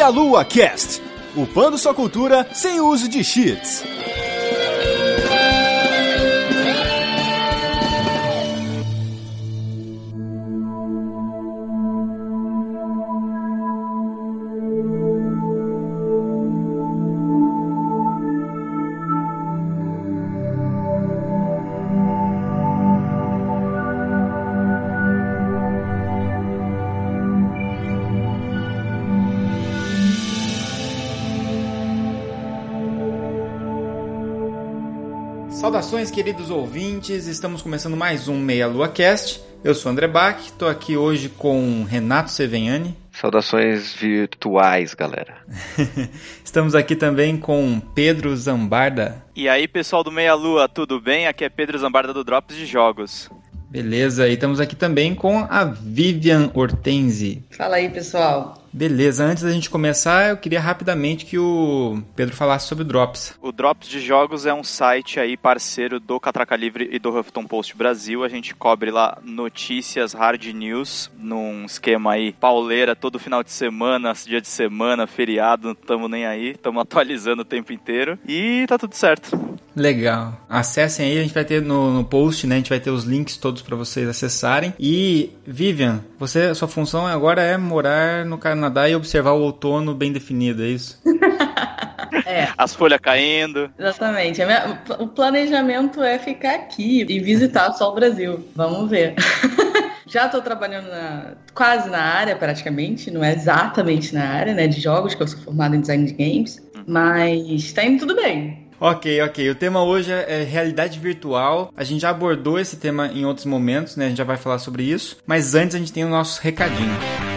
Meia Lua Cast, upando sua cultura sem uso de cheats. Saudações, queridos ouvintes, estamos começando mais um Meia Lua Cast. Eu sou André Bach, estou aqui hoje com Renato Sevenhani. Saudações virtuais, galera. Estamos aqui também com Pedro Zambarda. E aí, pessoal do Meia Lua, tudo bem? Aqui é Pedro Zambarda do Drops de Jogos. Beleza, e estamos aqui também com a Vivian Hortense. Fala aí, pessoal. Beleza, antes da gente começar, eu queria rapidamente que o Pedro falasse sobre o Drops. O Drops de Jogos é um site aí parceiro do Catraca Livre e do Huffington Post Brasil. A gente cobre lá notícias, hard news, num esquema aí pauleira todo final de semana, dia de semana, feriado, não estamos nem aí, estamos atualizando o tempo inteiro e tá tudo certo. Legal. Acessem aí, a gente vai ter no post, né? A gente vai ter os links todos para vocês acessarem. E, Vivian, sua função agora é morar no Canadá e observar o outono bem definido, é isso? É. As folhas caindo. Exatamente. O planejamento é ficar aqui e visitar só o Brasil. Vamos ver. Já estou trabalhando quase na área, praticamente. Não é exatamente na área, né, de jogos, que eu sou formada em design de games. Mas está indo tudo bem. Ok. O tema hoje é realidade virtual. A gente já abordou esse tema em outros momentos, né? A gente já vai falar sobre isso. Mas antes a gente tem o nosso recadinho.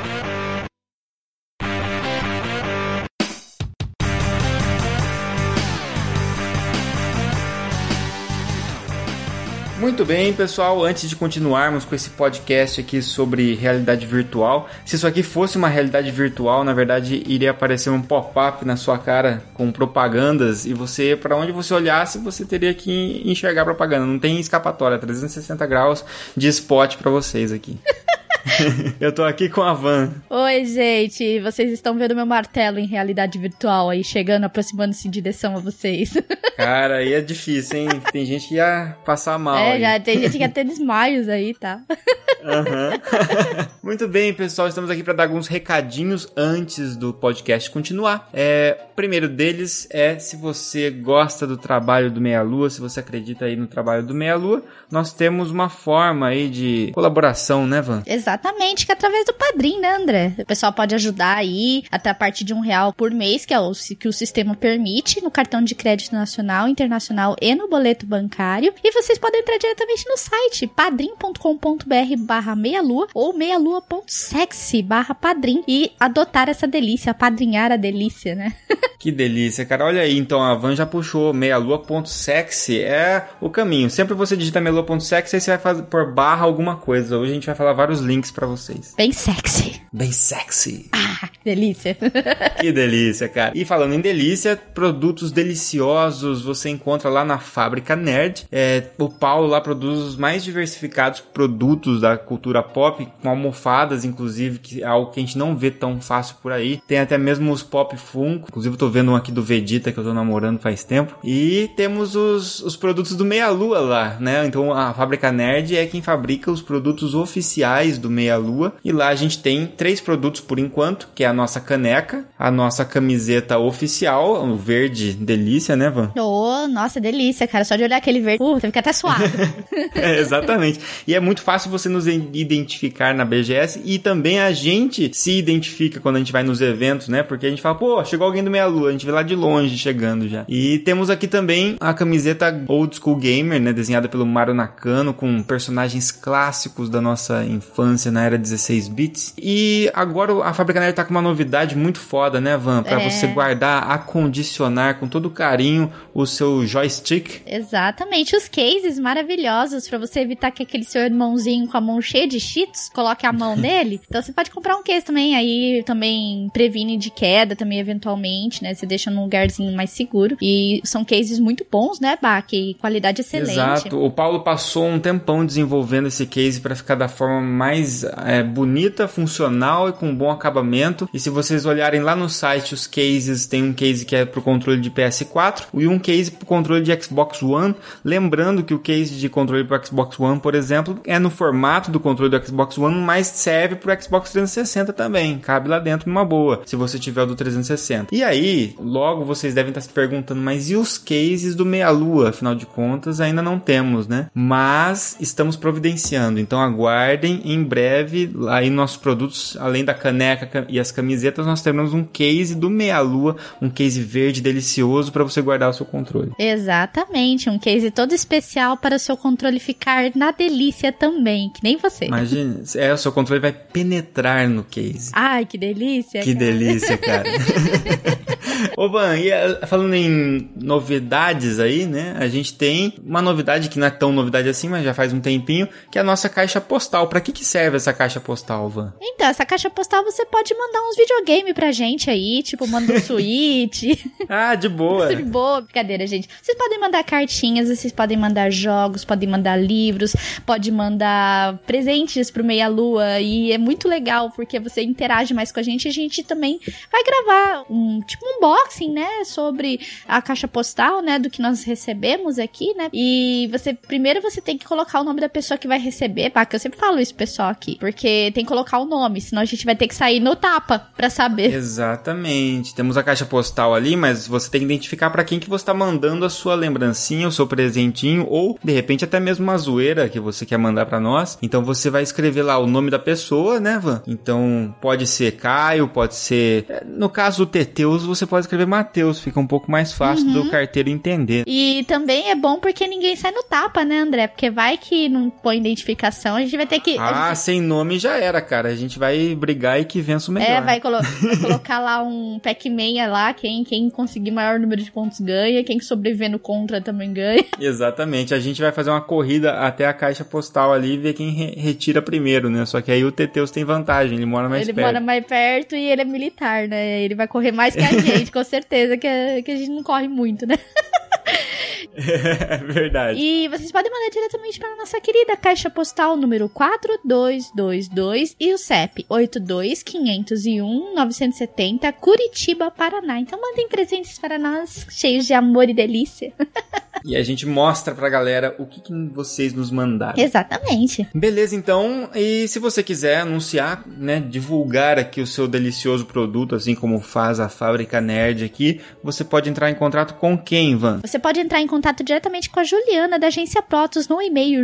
Muito bem, pessoal, antes de continuarmos com esse podcast aqui sobre realidade virtual, se isso aqui fosse uma realidade virtual, na verdade iria aparecer um pop-up na sua cara com propagandas e você, para onde você olhasse, você teria que enxergar propaganda. Não tem escapatória, 360 graus de spot para vocês aqui. Eu tô aqui com a Van. Oi, gente. Vocês estão vendo meu martelo em realidade virtual aí, chegando, aproximando-se em direção a vocês. Cara, aí é difícil, hein? Tem gente que ia passar mal. Já tem gente que ia ter desmaios aí, tá? Uhum. Muito bem, pessoal. Estamos aqui para dar alguns recadinhos antes do podcast continuar. O primeiro deles é, se você gosta do trabalho do Meia Lua, se você acredita aí no trabalho do Meia Lua, nós temos uma forma aí de colaboração, né, Van? Exatamente, que é através do Padrim, né, André? O pessoal pode ajudar aí até a partir de R$1 por mês, que é o que o sistema permite, no cartão de crédito nacional, internacional e no boleto bancário. E vocês podem entrar diretamente no site padrim.com.br/meialua ou meialua.sexy/padrim e adotar essa delícia, apadrinhar a delícia, né? Que delícia, cara. Olha aí, então a Van já puxou meialua.sexy, é o caminho. Sempre você digita meialua.sexy, aí você vai fazer por barra alguma coisa. Hoje a gente vai falar vários links pra vocês. Bem sexy. Bem sexy. Ah, delícia. Que delícia, cara. E falando em delícia, produtos deliciosos você encontra lá na Fábrica Nerd. O Paulo lá produz os mais diversificados produtos da cultura pop, com almofadas, inclusive, que é algo que a gente não vê tão fácil por aí. Tem até mesmo os Pop Funko. Inclusive, eu tô vendo um aqui do Vegeta, que eu tô namorando faz tempo. E temos os produtos do Meia Lua lá, né? Então, a Fábrica Nerd é quem fabrica os produtos oficiais do Meia Lua. E lá a gente tem 3 produtos por enquanto, que é a nossa caneca, a nossa camiseta oficial, o verde delícia, né, Van? Oh, nossa, delícia, cara. Só de olhar aquele verde, você fica até suado. Exatamente. E é muito fácil você nos identificar na BGS e também a gente se identifica quando a gente vai nos eventos, né? Porque a gente fala, pô, chegou alguém do Meia Lua, a gente vê lá de longe chegando já. E temos aqui também a camiseta Old School Gamer, né? Desenhada pelo Maru Nakano, com personagens clássicos da nossa infância na era 16 bits. E agora a Fábrica Nerd tá com uma novidade muito foda, né, Van? Pra você guardar, acondicionar com todo carinho o seu joystick. Exatamente. Os cases maravilhosos pra você evitar que aquele seu irmãozinho com a mão cheia de cheetos coloque a mão nele. Então você pode comprar um case também, aí também previne de queda também eventualmente, né? Você deixa num lugarzinho mais seguro. E são cases muito bons, né, Bach? E qualidade excelente. Exato. O Paulo passou um tempão desenvolvendo esse case pra ficar da forma mais bonita, funcional funcional e com bom acabamento. E se vocês olharem lá no site, os cases, tem um case que é pro controle de PS4 e um case pro controle de Xbox One. Lembrando que o case de controle pro Xbox One, por exemplo, é no formato do controle do Xbox One, mas serve pro Xbox 360 também. Cabe lá dentro numa boa, se você tiver o do 360. E aí, logo vocês devem estar se perguntando, mas e os cases do meia-lua? Afinal de contas, ainda não temos, né? Mas estamos providenciando, então aguardem, em breve, aí nossos produtos, além da caneca e as camisetas, nós teremos um case do meia-lua, um case verde delicioso para você guardar o seu controle. Exatamente, um case todo especial para o seu controle ficar na delícia também, que nem você. Imagina, o seu controle vai penetrar no case. Ai, que delícia, que cara. delícia, cara. Ô Van, e falando em novidades aí, né? A gente tem uma novidade que não é tão novidade assim, mas já faz um tempinho, que é a nossa caixa postal. Pra que serve essa caixa postal, Van? Então, essa caixa postal você pode mandar uns videogames pra gente aí, tipo, manda um Switch. Ah, de boa. De boa, brincadeira, gente. Vocês podem mandar cartinhas, vocês podem mandar jogos, podem mandar livros, pode mandar presentes pro Meia-Lua, e é muito legal, porque você interage mais com a gente também vai gravar um unboxing, né, sobre a caixa postal, né, do que nós recebemos aqui, né, e primeiro você tem que colocar o nome da pessoa que vai receber, que eu sempre falo isso, pessoal, aqui, porque tem que colocar o nome, senão a gente vai ter que sair no tapa pra saber. Exatamente, temos a caixa postal ali, mas você tem que identificar pra quem que você tá mandando a sua lembrancinha, o seu presentinho, ou, de repente, até mesmo uma zoeira que você quer mandar pra nós, então você vai escrever lá o nome da pessoa, né, Van? Então, pode ser Caio, pode ser... No caso do Teteus, você pode escrever Matheus, fica um pouco mais fácil do carteiro entender. E também é bom porque ninguém sai no tapa, né, André? Porque vai que não põe identificação, a gente vai ter que... Sem nome já era, cara. A gente vai brigar e que vença o melhor. Vai colocar lá um Pac-Man lá, quem conseguir maior número de pontos ganha, quem sobreviver no contra também ganha. Exatamente. A gente vai fazer uma corrida até a caixa postal ali e ver quem retira primeiro, né? Só que aí o Teteus tem vantagem, ele mora mais perto. Ele mora mais perto e ele é militar, né? Ele vai correr mais que a gente, com certeza, que a gente não corre muito, né? É verdade. E vocês podem mandar diretamente para a nossa querida caixa postal número 4222 e o CEP 82501-970, Curitiba, Paraná. Então mandem presentes para nós, cheios de amor e delícia. E a gente mostra pra galera o que vocês nos mandaram. Exatamente. Beleza, então. E se você quiser anunciar, né, divulgar aqui o seu delicioso produto, assim como faz a Fábrica Nerd aqui, você pode entrar em contato com quem, Van? Você pode entrar em contato diretamente com a Juliana da Agência Protons no e-mail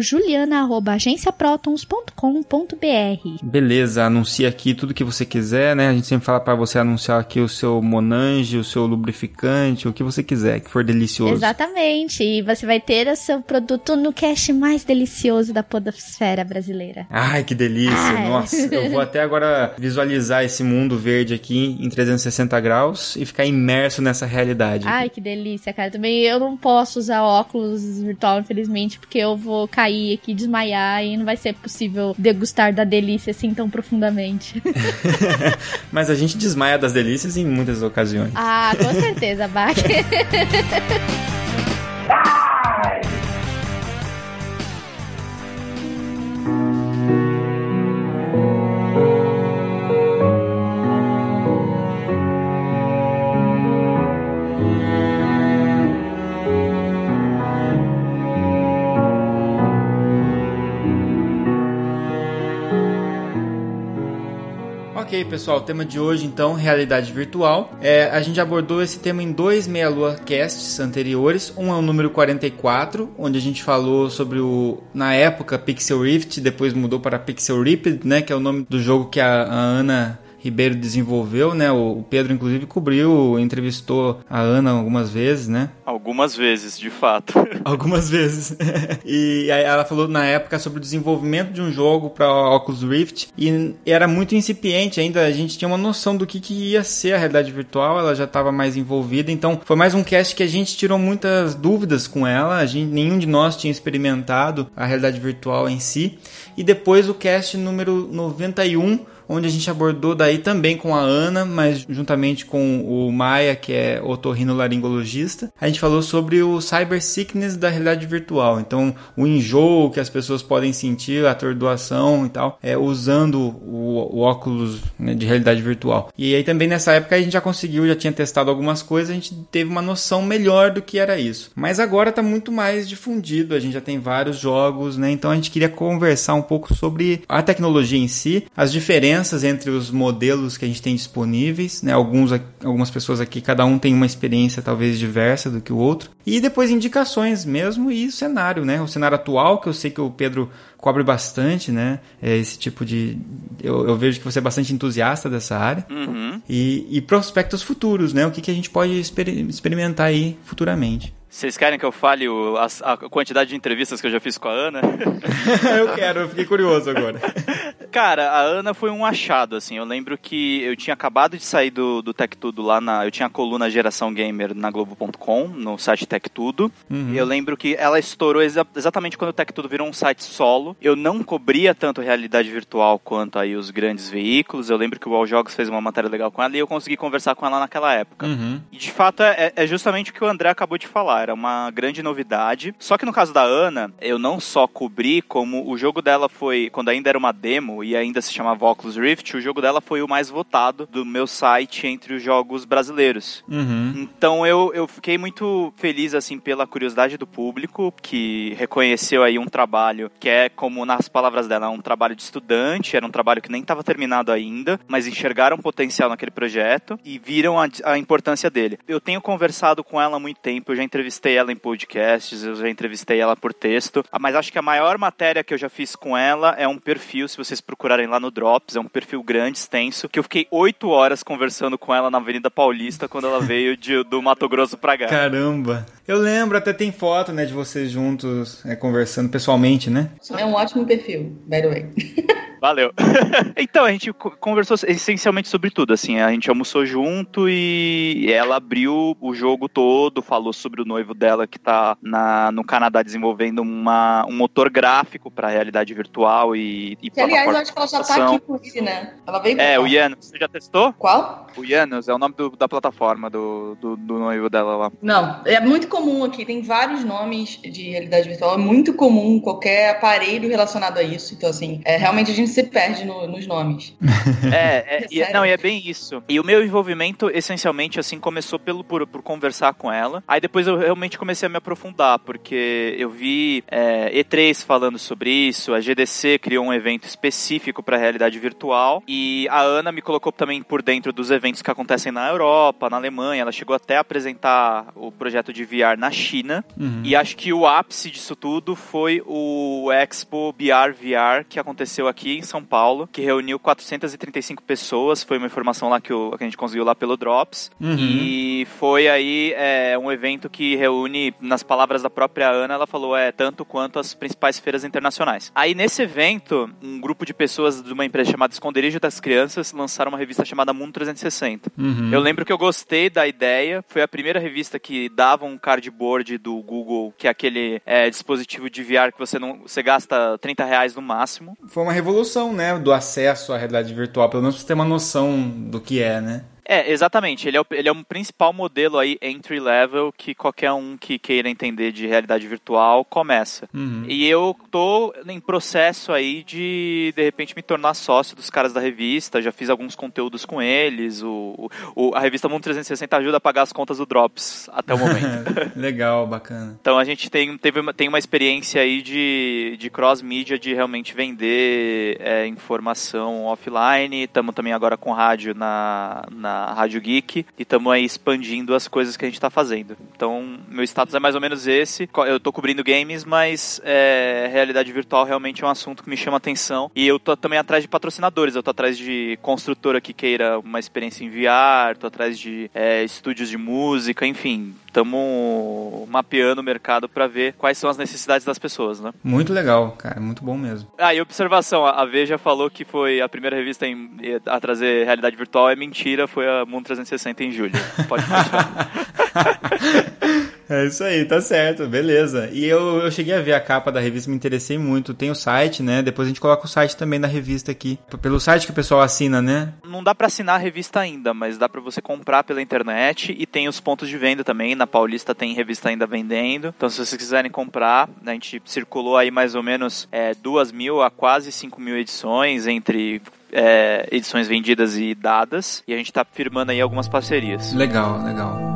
juliana@agenciaprotons.com.br. Beleza, anuncia aqui tudo que você quiser, né? A gente sempre fala pra você anunciar aqui o seu Monange, o seu lubrificante, o que você quiser, que for delicioso. Exatamente. E você vai ter o seu produto no cast mais delicioso da podosfera brasileira. Ai, que delícia. Ai. Nossa, eu vou até agora visualizar esse mundo verde aqui em 360 graus e ficar imerso nessa realidade. Ai, que delícia, cara. Também eu não posso usar óculos virtual, infelizmente, porque eu vou cair aqui, desmaiar e não vai ser possível degustar da delícia assim tão profundamente. Mas a gente desmaia das delícias em muitas ocasiões. Ah, com certeza, Bach. Ok, pessoal, o tema de hoje, então, realidade virtual. A gente abordou esse tema em 2 Meia-Lua Casts anteriores. Um é o número 44, onde a gente falou sobre na época, Pixel Rift, depois mudou para Pixel Ripped, né, que é o nome do jogo que a Ana Ribeiro desenvolveu, né? O Pedro, inclusive, entrevistou a Ana algumas vezes, né? Algumas vezes, de fato. Algumas vezes. E aí ela falou na época sobre o desenvolvimento de um jogo para Oculus Rift e era muito incipiente ainda, a gente tinha uma noção do que ia ser a realidade virtual, ela já estava mais envolvida, então foi mais um cast que a gente tirou muitas dúvidas com ela, nenhum de nós tinha experimentado a realidade virtual em si. E depois o cast número 91, onde a gente abordou daí também com a Ana, mas juntamente com o Maia, que é otorrinolaringologista, a gente falou sobre o cyber sickness da realidade virtual. Então, o enjoo que as pessoas podem sentir, a atordoação e tal, usando o óculos, né, de realidade virtual. E aí também nessa época a gente já tinha testado algumas coisas, a gente teve uma noção melhor do que era isso. Mas agora está muito mais difundido, a gente já tem vários jogos, né? Então a gente queria conversar um pouco sobre a tecnologia em si, as diferenças entre os modelos que a gente tem disponíveis, né? Algumas pessoas aqui, cada um tem uma experiência talvez diversa do que o outro. E depois indicações mesmo e o cenário, né? O cenário atual, que eu sei que o Pedro cobre bastante, né? Esse tipo de... Eu vejo que você é bastante entusiasta dessa área. Uhum. E prospectos futuros, né? O que a gente pode experimentar aí futuramente. Vocês querem que eu fale a quantidade de entrevistas que eu já fiz com a Ana? Eu fiquei curioso agora. Cara, a Ana foi um achado, assim. Eu lembro que eu tinha acabado de sair do Tech Tudo lá eu tinha a coluna Geração Gamer na Globo.com, no site Tech Tudo. Uhum. Eu lembro que ela estourou exatamente quando o Tech Tudo virou um site solo. Eu não cobria tanto realidade virtual quanto aí os grandes veículos. Eu lembro que o All Jogos fez uma matéria legal com ela e eu consegui conversar com ela naquela época. Uhum. E de fato é justamente o que o André acabou de falar. Era uma grande novidade. Só que no caso da Ana, eu não só cobri, como o jogo dela foi, quando ainda era uma demo e ainda se chamava Oculus Rift, o jogo dela foi o mais votado do meu site entre os jogos brasileiros. Uhum. Então eu fiquei muito feliz, assim, pela curiosidade do público, que reconheceu aí um trabalho que é, como nas palavras dela, um trabalho de estudante, era um trabalho que nem estava terminado ainda, mas enxergaram potencial naquele projeto e viram a importância dele. Eu tenho conversado com ela há muito tempo, eu já entrevistei ela em podcasts, eu já entrevistei ela por texto, mas acho que a maior matéria que eu já fiz com ela é um perfil, se vocês procurarem lá no Drops, é um perfil grande, extenso, que eu fiquei 8 horas conversando com ela na Avenida Paulista quando ela veio do Mato Grosso pra cá. Caramba! Eu lembro, até tem foto, né, de vocês juntos, conversando pessoalmente, né? É um ótimo perfil, by the way. Valeu. Então, a gente conversou essencialmente sobre tudo, assim, a gente almoçou junto e ela abriu o jogo todo, falou sobre o noivo dela que tá no Canadá desenvolvendo um motor gráfico pra realidade virtual e que, aliás, eu acho que ela já tá aqui com ele, né? Ela veio pra cá. O Janus, você já testou? Qual? O Janus, é o nome da plataforma do noivo dela lá. Não, é muito comum aqui, tem vários nomes de realidade virtual, é muito comum qualquer aparelho relacionado a isso, então assim, realmente a gente se perde nos nomes. E é bem isso. E o meu envolvimento, essencialmente, assim, começou por conversar com ela. Aí depois eu realmente comecei a me aprofundar, porque eu vi E3 falando sobre isso, a GDC criou um evento específico para realidade virtual, e a Ana me colocou também por dentro dos eventos que acontecem na Europa, na Alemanha. Ela chegou até a apresentar o projeto de VR na China, e acho que o ápice disso tudo foi o Expo VR, que aconteceu aqui em São Paulo, que reuniu 435 pessoas, foi uma informação lá que a gente conseguiu lá pelo Drops, e foi aí um evento que reúne, nas palavras da própria Ana, ela falou, tanto quanto as principais feiras internacionais. Aí nesse evento, um grupo de pessoas de uma empresa chamada Esconderijo das Crianças lançaram uma revista chamada Mundo 360. Eu lembro que eu gostei da ideia, foi a primeira revista que dava um cardboard do Google, que é aquele dispositivo de VR que você gasta R$30 no máximo. Foi uma revolução, né, do acesso à realidade virtual, pelo menos pra você ter uma noção do que é, né? Exatamente. Ele é um principal modelo aí, entry level, que qualquer um que queira entender de realidade virtual começa. E eu tô em processo aí de repente, me tornar sócio dos caras da revista. Já fiz alguns conteúdos com eles. A revista Mundo 360 ajuda a pagar as contas do Drops até o momento. Legal, bacana. Então a gente tem uma experiência aí de cross-mídia, de realmente vender informação offline. Estamos também agora com rádio na Rádio Geek e estamos aí expandindo as coisas que a gente está fazendo. Então, meu status é mais ou menos esse. Eu tô cobrindo games, mas realidade virtual realmente é um assunto que me chama atenção. E eu tô também atrás de patrocinadores. Eu tô atrás de construtora que queira uma experiência em VR, tô atrás de estúdios de música, enfim. Estamos mapeando o mercado para ver quais são as necessidades das pessoas, né? Muito legal, cara. Muito bom mesmo. E observação. A Veja falou que foi a primeira revista a trazer realidade virtual. É mentira, foi a Mundo 360 em julho. Pode continuar. É isso aí, tá certo, beleza. E eu cheguei a ver a capa da revista, me interessei muito. Tem o site, né? Depois a gente coloca o site também da revista aqui. Pelo site que o pessoal assina, né? Não dá pra assinar a revista ainda, mas dá pra você comprar pela internet e tem os pontos de venda também. Na Paulista tem revista ainda vendendo. Então, se vocês quiserem comprar, a gente circulou aí mais ou menos 2.000 a quase 5.000 edições entre edições vendidas e dadas. E a gente tá firmando aí algumas parcerias. Legal, legal.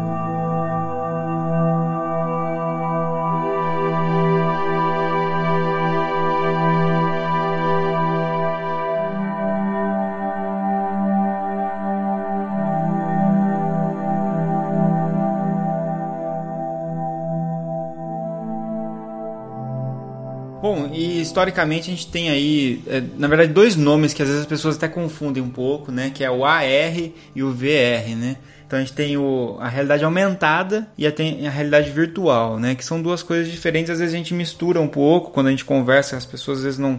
Bom, e historicamente a gente tem aí, na verdade, dois nomes que às vezes as pessoas até confundem um pouco, né? Que é o AR e o VR, né? Então a gente tem a realidade aumentada e a realidade virtual, né? Que são duas coisas diferentes, às vezes a gente mistura um pouco, quando a gente conversa, as pessoas às vezes não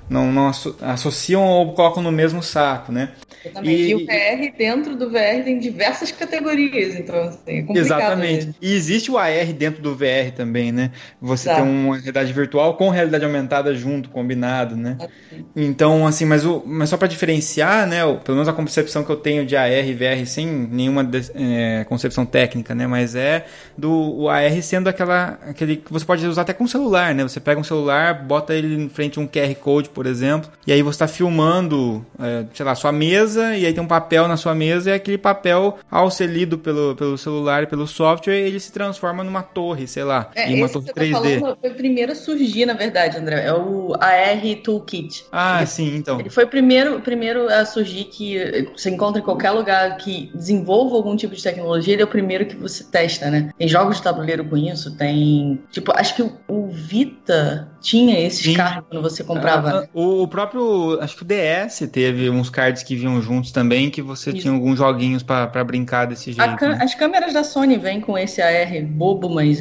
associam ou colocam no mesmo saco, né? E o VR, dentro do VR, tem diversas categorias, então assim, é complicado. Exatamente. Mesmo. E existe o AR dentro do VR também, né? Você tem uma realidade virtual com realidade aumentada junto, combinado, né? Então, assim, mas só para diferenciar, né? Pelo menos a concepção que eu tenho de AR e VR, sem nenhuma concepção técnica, né? Mas o AR sendo aquele que você pode usar até com celular, né? Você pega um celular, bota ele em frente a um QR Code, por exemplo, e aí você está filmando, sei lá, sua mesa, e aí tem um papel na sua mesa, e aquele papel, ao ser lido pelo celular e pelo software, ele se transforma numa torre, sei lá, em uma torre 3D. Foi o primeiro a surgir, na verdade, André, é o AR Toolkit. Sim, então. Ele foi o primeiro a surgir, que você encontra em qualquer lugar que desenvolva algum tipo de tecnologia, ele é o primeiro que você testa, né? Tem jogos de tabuleiro com isso, tem... Tipo, acho que o Vita tinha esses cards quando você comprava. O próprio, acho que o DS teve uns cards que vinham juntos também, que você tinha alguns joguinhos pra brincar desse jeito. Né? As câmeras da Sony vêm com esse AR bobo, mas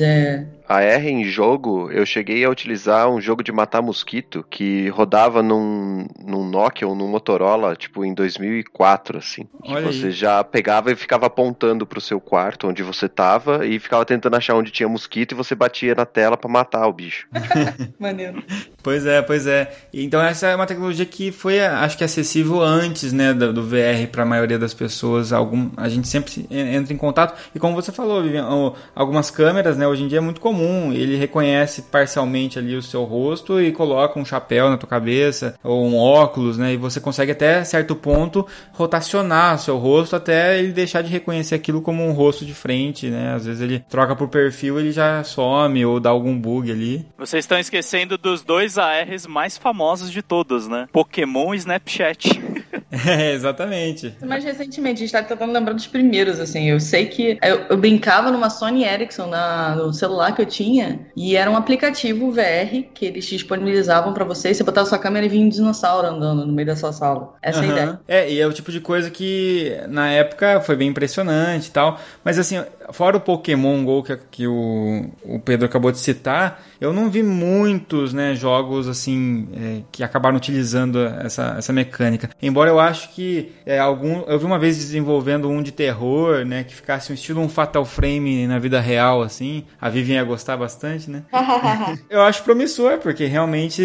AR em jogo, eu cheguei a utilizar um jogo de matar mosquito que rodava num Nokia ou num Motorola, tipo, em 2004, assim. Olha você aí. já pegava e ficava apontando pro seu quarto, onde você tava, e ficava tentando achar onde tinha mosquito, e você batia na tela pra matar o bicho. Maneiro. Pois é. Então essa é uma tecnologia que foi, acho que, acessível antes, né, do VR para a maioria das pessoas. A gente sempre entra em contato. E como você falou, Vivian, algumas câmeras, né, hoje em dia é muito comum. Ele reconhece parcialmente ali o seu rosto e coloca um chapéu na tua cabeça ou um óculos, né, e você consegue até certo ponto rotacionar o seu rosto até ele deixar de reconhecer aquilo como um rosto de frente, né. Às vezes ele troca por perfil, ele já some ou dá algum bug ali. Vocês estão esquecendo dos dois ARs mais famosos de todos, né? Pokémon e Snapchat. Exatamente. Mais recentemente, a gente tá tentando lembrar dos primeiros, assim. Eu sei que eu brincava numa Sony Ericsson no celular que eu tinha, e era um aplicativo VR que eles disponibilizavam pra você, e você botava sua câmera e vinha um dinossauro andando no meio da sua sala. Essa é a ideia. E é o tipo de coisa que na época foi bem impressionante e tal, mas assim, fora o Pokémon GO que o Pedro acabou de citar, eu não vi muitos, né, jogos assim que acabaram utilizando essa mecânica. Embora eu acho que eu vi uma vez desenvolvendo um de terror, né, que ficasse um estilo Fatal Frame na vida real, assim. A Vivian ia gostar bastante, né? Eu acho promissor, porque realmente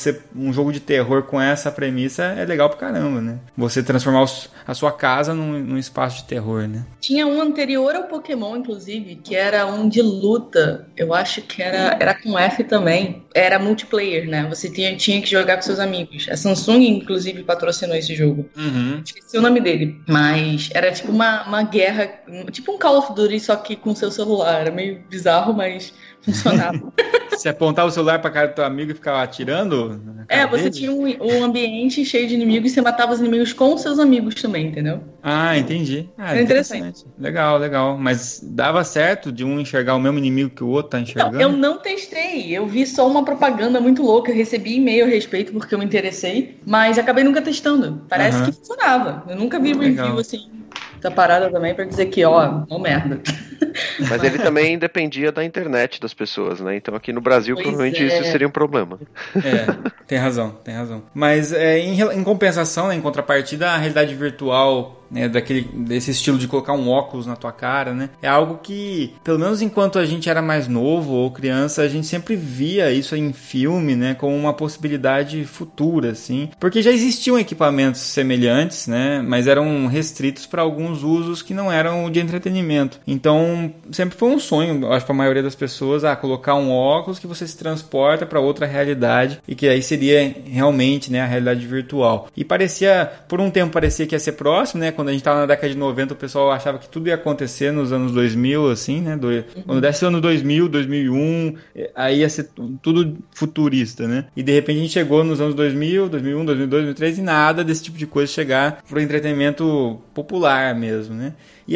um jogo de terror com essa premissa é legal pra caramba, né? Você transformar a sua casa num espaço de terror, né? Tinha um anterior ao Pokémon, inclusive, que era um de luta. Eu acho que era com F também. Era multiplayer, né? Você tinha que jogar com seus amigos. A Samsung, inclusive, patrocinou esse jogo. Esqueci o nome dele. Mas era tipo uma guerra, tipo um Call of Duty, só que com seu celular. Era meio bizarro, mas funcionava. Você apontava o celular pra cara do teu amigo e ficava atirando? Você tinha um ambiente cheio de inimigos e você matava os inimigos com seus amigos também, entendeu? Ah, entendi. É interessante. Legal. Mas dava certo de um enxergar o mesmo inimigo que o outro tá enxergando? Não, eu não testei. Eu vi só uma propaganda muito louca. Eu recebi e-mail a respeito porque eu me interessei, mas acabei nunca testando. Parece que funcionava. Eu nunca vi review assim da parada também pra dizer que, ó merda. Mas ele também dependia da internet das pessoas, né? Então aqui no Brasil, provavelmente isso seria um problema. Tem razão. Mas em compensação, né, em contrapartida, a realidade virtual, né, desse estilo de colocar um óculos na tua cara, né, é algo que, pelo menos enquanto a gente era mais novo ou criança, a gente sempre via isso em filme, né, como uma possibilidade futura, assim, porque já existiam equipamentos semelhantes, né, mas eram restritos para alguns usos que não eram de entretenimento. Então, sempre foi um sonho, eu acho, para a maioria das pessoas, colocar um óculos que você se transporta para outra realidade e que aí seria realmente, né, a realidade virtual. E por um tempo parecia que ia ser próximo, né, quando a gente tava na década de 90, o pessoal achava que tudo ia acontecer nos anos 2000, assim, né? Quando desse o ano 2000, 2001, aí ia ser tudo futurista, né? E de repente a gente chegou nos anos 2000, 2001, 2002, 2003 e nada desse tipo de coisa chegar pro entretenimento popular mesmo, né?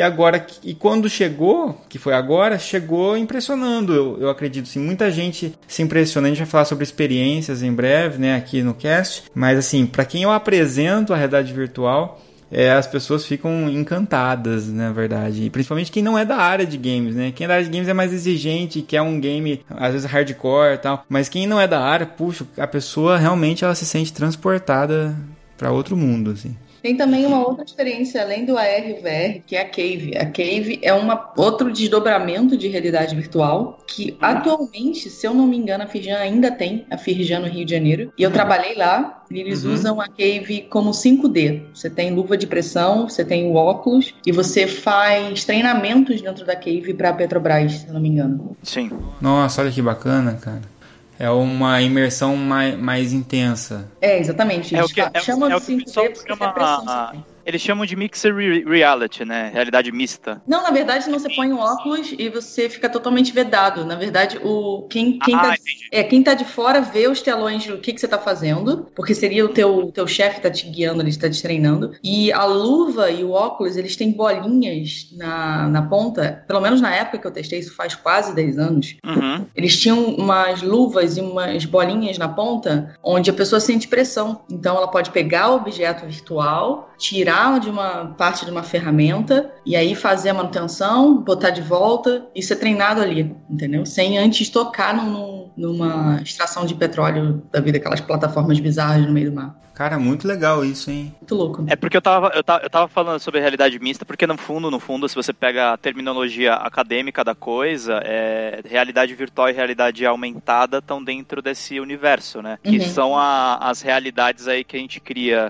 E quando chegou, que foi agora, chegou impressionando, eu acredito, assim, muita gente se impressiona. A gente vai falar sobre experiências em breve, né, aqui no cast, mas assim, para quem eu apresento a realidade virtual, as pessoas ficam encantadas, na verdade. E principalmente quem não é da área de games, né? Quem é da área de games é mais exigente, quer um game, às vezes, hardcore e tal. Mas quem não é da área, puxa, a pessoa realmente ela se sente transportada para outro mundo, assim. Tem também uma outra experiência, além do AR e VR, que é a Cave. A Cave é outro desdobramento de realidade virtual, que atualmente, se eu não me engano, a Firjan ainda tem, a Firjan no Rio de Janeiro. E eu trabalhei lá, e eles usam a Cave como 5D. Você tem luva de pressão, você tem o óculos, e você faz treinamentos dentro da Cave para a Petrobras, se eu não me engano. Sim. Nossa, olha que bacana, cara. É uma imersão mais intensa. Exatamente. Eles chamam de 5D porque é pressão. Eles chamam de Mixed Reality, né? Realidade mista. Não, na verdade, não, você põe um óculos e você fica totalmente vedado. Na verdade, quem tá de fora vê os telões do que você tá fazendo, porque seria o teu chefe tá te guiando, ele tá te treinando. E a luva e o óculos, eles têm bolinhas na ponta. Pelo menos na época que eu testei, isso faz quase 10 anos. Uhum. Eles tinham umas luvas e umas bolinhas na ponta, onde a pessoa sente pressão. Então, ela pode pegar o objeto virtual, tirar de uma parte de uma ferramenta e aí fazer a manutenção, botar de volta e ser treinado ali, entendeu? Sem antes tocar numa extração de petróleo da vida, aquelas plataformas bizarras no meio do mar. Cara, muito legal isso, hein? Muito louco. É porque eu tava falando sobre realidade mista, porque no fundo, se você pega a terminologia acadêmica da coisa, realidade virtual e realidade aumentada estão dentro desse universo, né? Que são as realidades aí que a gente cria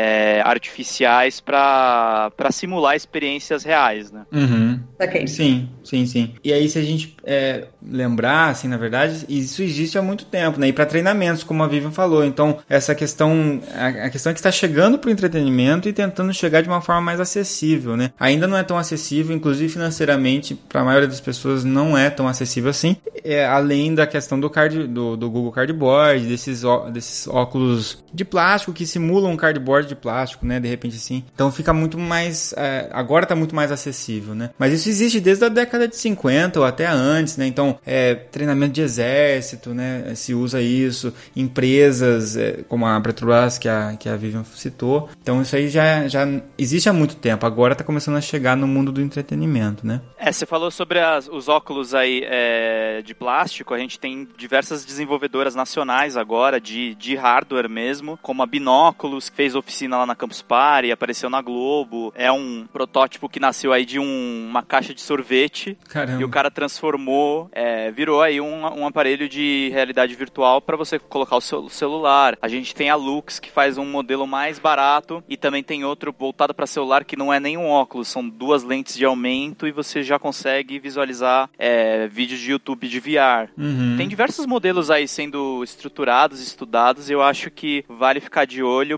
artificiais para simular experiências reais, né? Okay. Sim. E aí, se a gente lembrar, assim, na verdade, isso existe há muito tempo, né? E para treinamentos, como a Vivian falou. Então, essa questão, a questão é que está chegando para o entretenimento e tentando chegar de uma forma mais acessível, né? Ainda não é tão acessível, inclusive financeiramente, para a maioria das pessoas não é tão acessível assim. Além da questão do Google Cardboard, desses óculos de plástico que simulam um cardboard de plástico, né, de repente assim. Então fica muito mais, agora tá muito mais acessível, né. Mas isso existe desde a década de 50 ou até antes, né. Então, treinamento de exército, né, se usa isso, empresas como a Petrobras que a Vivian citou. Então isso aí já existe há muito tempo, agora tá começando a chegar no mundo do entretenimento, né. Você falou sobre os óculos aí de plástico. A gente tem diversas desenvolvedoras nacionais agora de hardware mesmo, como a Binóculos, que fez oficina lá na Campus Party, apareceu na Globo. É um protótipo que nasceu aí de uma caixa de sorvete. Caramba. E o cara transformou, virou aí um aparelho de realidade virtual para você colocar o seu celular. A gente tem a Lux, que faz um modelo mais barato, e também tem outro voltado para celular que não é nem um óculos, são 2 lentes de aumento e você já consegue visualizar vídeos de YouTube de VR. Tem diversos modelos aí sendo estruturados, estudados, e eu acho que vale ficar de olho,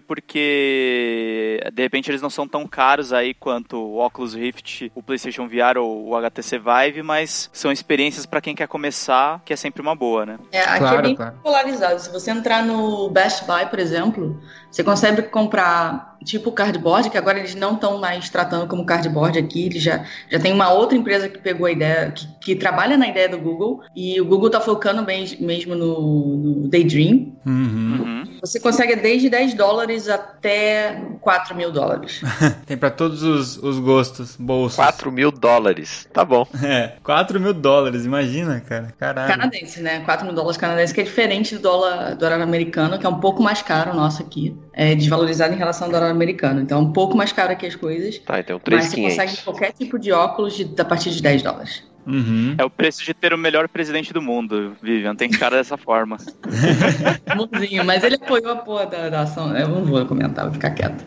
porque de repente eles não são tão caros aí quanto o Oculus Rift, o PlayStation VR ou o HTC Vive, mas são experiências para quem quer começar, que é sempre uma boa, né? Aqui é bem polarizado. Se você entrar no Best Buy, por exemplo, você consegue comprar tipo o cardboard, que agora eles não estão mais tratando como cardboard aqui, eles já tem uma outra empresa que pegou a ideia, que trabalha na ideia do Google, e o Google tá focando mesmo no Daydream. Você consegue desde $10 até 4 mil dólares. Tem pra todos os gostos, bolsos. 4 mil dólares, tá bom. 4 mil dólares, imagina, cara. Caralho. Canadense, né? 4 mil dólares canadense, que é diferente do dólar americano, que é um pouco mais caro o nosso aqui. É desvalorizado em relação ao dólar americano. Então é um pouco mais caro aqui as coisas. Tá, então Mas você 3.500. consegue qualquer tipo de óculos a partir de 10 dólares. Uhum. É o preço de ter o melhor presidente do mundo, Vivian. Tem cara dessa forma. Bonzinho, mas ele apoiou a porra da ação. Eu não vou comentar, vou ficar quieto.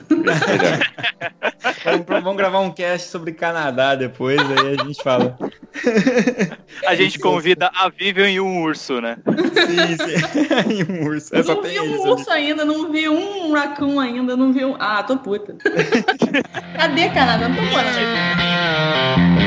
Vamos gravar um cast sobre Canadá depois, aí a gente fala. A gente convida a Vivian e um urso, né? Sim. E um urso. Eu não vi um urso ainda, não vi um raccoon ainda, não vi um... Ah, tô puta. Cadê Canadá? Não tô morando aqui.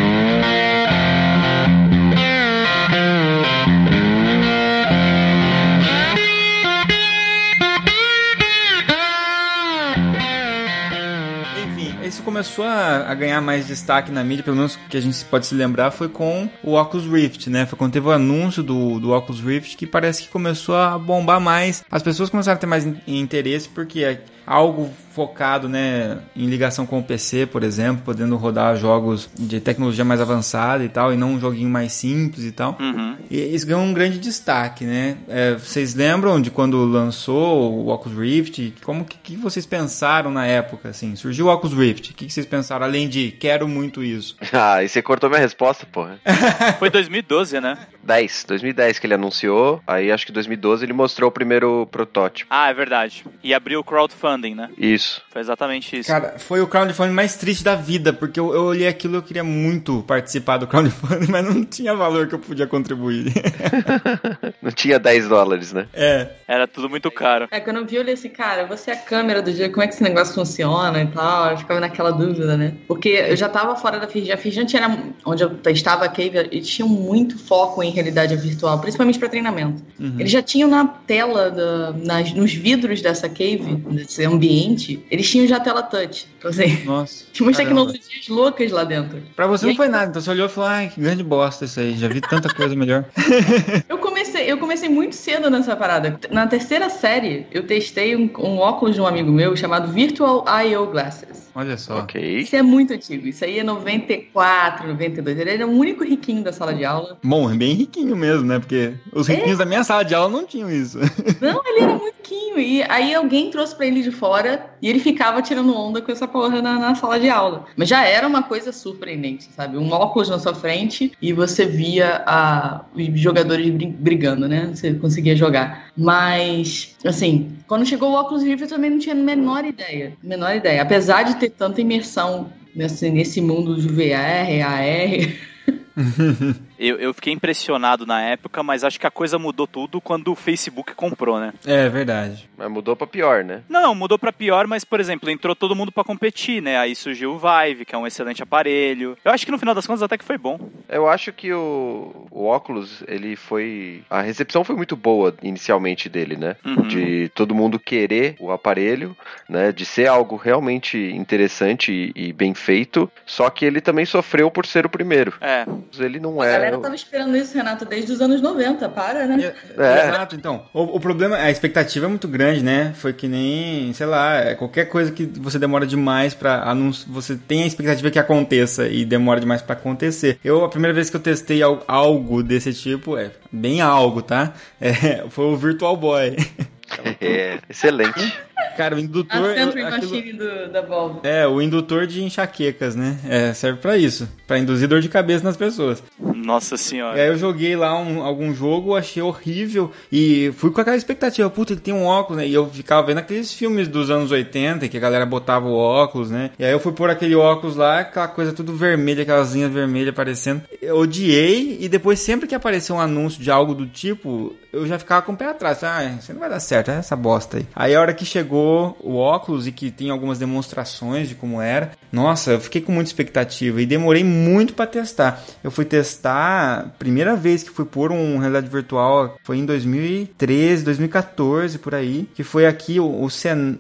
Isso começou a ganhar mais destaque na mídia, pelo menos que a gente pode se lembrar, foi com o Oculus Rift, né? Foi quando teve o anúncio do Oculus Rift que parece que começou a bombar mais. As pessoas começaram a ter mais interesse porque é algo focado, né, em ligação com o PC, por exemplo, podendo rodar jogos de tecnologia mais avançada e tal, e não um joguinho mais simples e tal. Uhum. E isso ganhou um grande destaque, né? Vocês lembram de quando lançou o Oculus Rift? Como que vocês pensaram na época, assim? Surgiu o Oculus Rift, o que vocês pensaram, além de quero muito isso? Ah, e você cortou minha resposta, porra. Foi 2012, né? 2010 que ele anunciou, aí acho que 2012 ele mostrou o primeiro protótipo. Ah, é verdade. E abriu o crowdfunding, né? Isso. Foi exatamente isso. Cara, foi o crowdfunding mais triste da vida, porque eu olhei aquilo e eu queria muito participar do crowdfunding, mas não tinha valor que eu podia contribuir. Não tinha 10 dólares, né? Era tudo muito caro. Quando eu vi, eu olhei assim, cara, você é a câmera do dia, como é que esse negócio funciona e tal, eu ficava naquela dúvida, né? Porque eu já tava fora da Firjante, a Firjante era onde eu testava a Cave, e tinha muito foco em realidade virtual, principalmente para treinamento. Uhum. Eles já tinham na tela, nos vidros dessa Cave, desse ambiente, eles tinham já tela touch. Então, assim, nossa, tinha umas caramba. tecnologias loucas lá dentro. Pra você E não aí, foi nada, então você olhou e falou, ai, que grande bosta isso aí, já vi tanta coisa melhor. Eu comecei muito cedo nessa parada. Na terceira série, eu testei um óculos de um amigo meu chamado Virtual I.O. Glasses. Olha só. Ok. Isso é muito antigo. Isso aí é 94, 92. Ele era o único riquinho da sala de aula. Bom, é bem riquinho mesmo, né? Porque os riquinhos da minha sala de aula não tinham isso. Não, ele era muito riquinho. E aí alguém trouxe pra ele de fora e ele ficava tirando onda com essa porra na sala de aula. Mas já era uma coisa surpreendente, sabe? Um óculos na sua frente e você via os jogadores brigando, né? Você conseguia jogar. Mas, assim, quando chegou o Oculus Rift eu também não tinha a menor ideia. Apesar de ter tanta imersão nesse mundo de VR, AR... Eu fiquei impressionado na época, mas acho que a coisa mudou tudo quando o Facebook comprou, né? É verdade. Mas mudou pra pior, né? Não, mudou pra pior, mas, por exemplo, entrou todo mundo pra competir, né? Aí surgiu o Vive, que é um excelente aparelho. Eu acho que no final das contas até que foi bom. Eu acho que o Oculus, ele foi... A recepção foi muito boa inicialmente dele, né? Uhum. De todo mundo querer o aparelho, né? De ser algo realmente interessante e bem feito. Só que ele também sofreu por ser o primeiro. Ele não A é... galera tava esperando isso, Renato, desde os anos 90, para, né? Exato, então. O problema, a expectativa é muito grande, né? Foi que nem, sei lá, qualquer coisa que você demora demais pra anunciar, você tem a expectativa que aconteça e demora demais pra acontecer. A primeira vez que eu testei algo desse tipo, bem algo, tá? Foi o Virtual Boy. Excelente. Cara, o indutor... A Century Machine da Volvo. O indutor de enxaquecas, né? Serve pra isso. Pra induzir dor de cabeça nas pessoas. Nossa senhora. E aí eu joguei lá algum jogo, achei horrível e fui com aquela expectativa, puta, ele tem um óculos, né? E eu ficava vendo aqueles filmes dos anos 80 que a galera botava o óculos, né? E aí eu fui pôr aquele óculos lá, aquela coisa tudo vermelha, aquelas linhas vermelhas aparecendo. Eu odiei e depois sempre que apareceu um anúncio de algo do tipo, eu já ficava com o pé atrás. Isso não vai dar certo, essa bosta aí. Aí a hora que chegou o óculos e que tem algumas demonstrações de como era, nossa, eu fiquei com muita expectativa e demorei muito pra testar. Eu fui testar testar, primeira vez que fui pôr um realidade virtual foi em 2013, 2014, por aí, que foi aqui o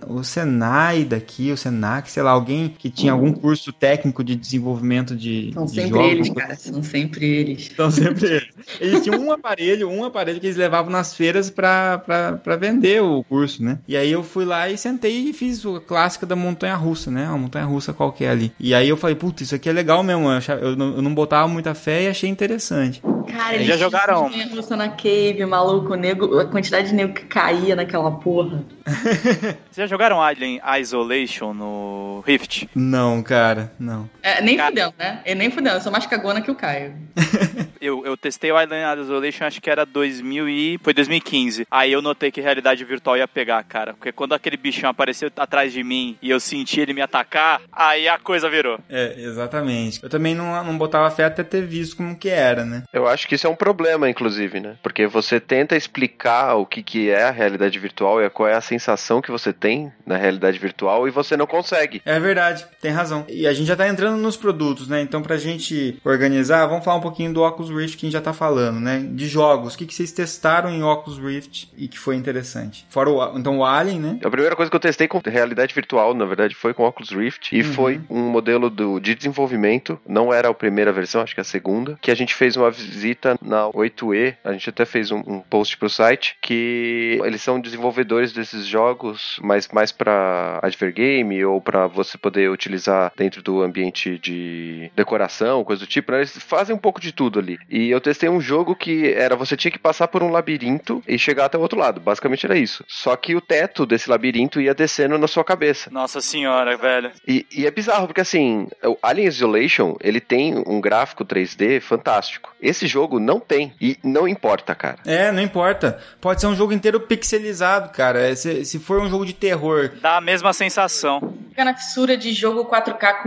Senai daqui, o Senac, sei lá, alguém que tinha algum curso técnico de desenvolvimento de São sempre jogos. eles, cara, são sempre eles. São sempre eles. Eles tinham um aparelho que eles levavam nas feiras pra vender o curso, né? E aí eu fui lá e sentei e fiz a clássica da montanha-russa, né? Uma montanha-russa qualquer ali. E aí eu falei, putz, isso aqui é legal mesmo. Eu não botava muita fé e achei interessante. Cara, eles já jogaram montanha-russa na Cave, maluco, a quantidade de nego que caía naquela porra. Vocês já jogaram Alien Isolation no Rift? Não, cara, não. Nem fudendo, né? Nem fudendo, eu sou mais cagona que o Caio. Eu testei o Alien Isolation, acho que era foi 2015. Aí eu notei que realidade virtual ia pegar, cara. Porque quando aquele bichão apareceu atrás de mim e eu senti ele me atacar, aí a coisa virou. Exatamente. Eu também não botava fé até ter visto como que era, né? Eu acho que isso é um problema, inclusive, né? Porque você tenta explicar o que é a realidade virtual e qual é a sensação que você tem na realidade virtual e você não consegue. É verdade, tem razão. E a gente já tá entrando nos produtos, né? Então, pra gente organizar, vamos falar um pouquinho do Oculus Rift que a gente já tá falando, né? De jogos. O que vocês testaram em Oculus Rift e que foi interessante? Fora o Alien, né? A primeira coisa que eu testei com realidade virtual, na verdade, foi com Oculus Rift e foi um modelo de desenvolvimento. Não era a primeira versão, acho que a segunda, que a gente fez uma visita na 8E. A gente até fez um post pro site que eles são desenvolvedores desses jogos, mas mais pra advergame ou pra você poder utilizar dentro do ambiente de decoração, coisa do tipo, né? Eles fazem um pouco de tudo ali. E eu testei um jogo que você tinha que passar por um labirinto e chegar até o outro lado. Basicamente era isso. Só que o teto desse labirinto ia descendo na sua cabeça. Nossa senhora, velho. E é bizarro, porque assim, o Alien Isolation, ele tem um gráfico 3D fantástico. Esse jogo não tem. E não importa, cara. Não importa. Pode ser um jogo inteiro pixelizado, cara. Se for um jogo de terror. Dá a mesma sensação. Fica na fissura de jogo 4K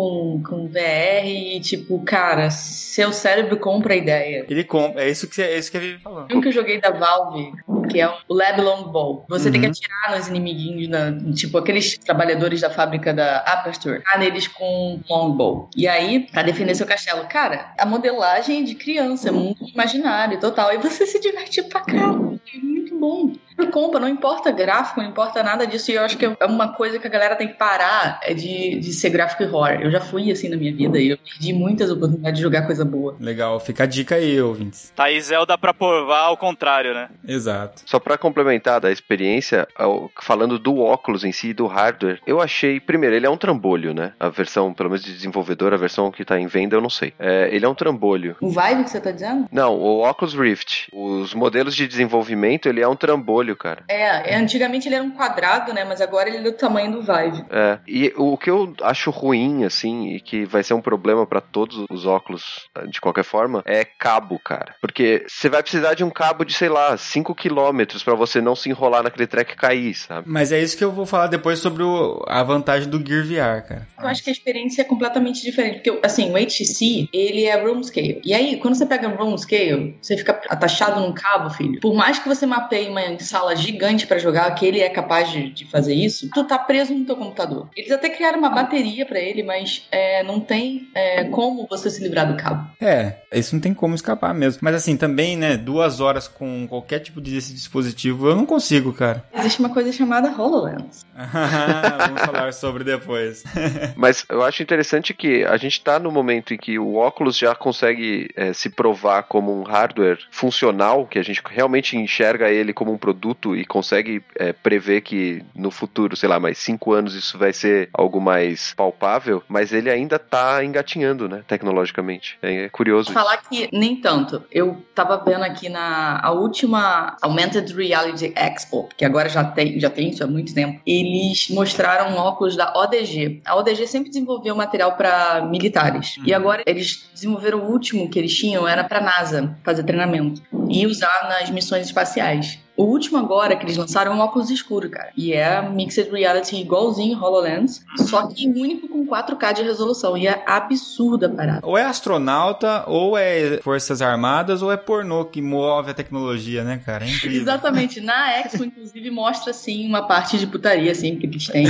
com VR e tipo, cara, seu cérebro compra a ideia. Ele compra. É isso que a Vivi falou. Um que eu joguei da Valve, que é o Lab Longbow. Você tem que atirar nos inimiguinhos, tipo aqueles trabalhadores da fábrica da Aperture, neles com Longbow. E aí, pra defender seu castelo. Cara, a modelagem de criança, é muito imaginário, total. E você se diverte pra caramba. É muito bom. Não compra, não importa gráfico, não importa nada disso. E eu acho que é uma coisa que a galera tem que parar de ser gráfico e horror. Eu já fui assim na minha vida e eu perdi muitas oportunidades de jogar coisa boa. Legal, fica a dica aí, ouvintes. Thaís dá pra provar ao contrário, né? Exato. Só pra complementar da experiência, falando do óculos em si, do hardware, eu achei, primeiro, ele é um trambolho, né? A versão, pelo menos de desenvolvedor, a versão que tá em venda, eu não sei. Ele é um trambolho. O Vive que você tá dizendo? Não, o Oculus Rift. Os modelos de desenvolvimento, ele é um trambolho, cara. Antigamente ele era um quadrado, né? Mas agora ele é do tamanho do Vive. E o que eu acho ruim, assim, e que vai ser um problema pra todos os óculos, de qualquer forma, é cabo, cara. Porque você vai precisar de um cabo de, sei lá, 5 km pra você não se enrolar naquele track e cair, sabe? Mas é isso que eu vou falar depois sobre a vantagem do Gear VR, cara. Eu acho que a experiência é completamente diferente. Porque, assim, o HTC, ele é room scale. E aí, quando você pega room scale, você fica atachado num cabo, filho. Por mais que você mapeie uma sala gigante pra jogar, que ele é capaz de fazer isso, tu tá preso no teu computador. Eles até criaram uma bateria pra ele, mas não tem como você se livrar do cabo. Isso não tem como escapar mesmo. Mas assim, também, né, 2 horas com qualquer tipo desse dispositivo, eu não consigo, cara. Existe uma coisa chamada HoloLens. Vamos falar sobre depois. Mas eu acho interessante que a gente tá no momento em que o óculos já consegue se provar como um hardware funcional, que a gente realmente enxerga ele como um produto e consegue prever que no futuro, sei lá, mais 5 anos isso vai ser algo mais palpável, mas ele ainda tá engatinhando, né, tecnologicamente. É curioso. Vou falar que nem tanto. Eu tava vendo aqui a última Augmented Reality Expo, que agora já tem isso há muito tempo. Eles mostraram óculos da ODG. A ODG sempre desenvolveu material para militares. E agora eles desenvolveram o último que eles tinham, era pra NASA, fazer treinamento. E usar nas missões espaciais. O último agora que eles lançaram é um óculos escuro, cara. E é Mixed Reality igualzinho HoloLens, só que único com 4K de resolução. E é absurda a parada. Ou é astronauta, ou é Forças Armadas, ou é pornô que move a tecnologia, né, cara? É incrível. Exatamente. Na Expo, inclusive, mostra, assim, uma parte de putaria, assim, que eles têm.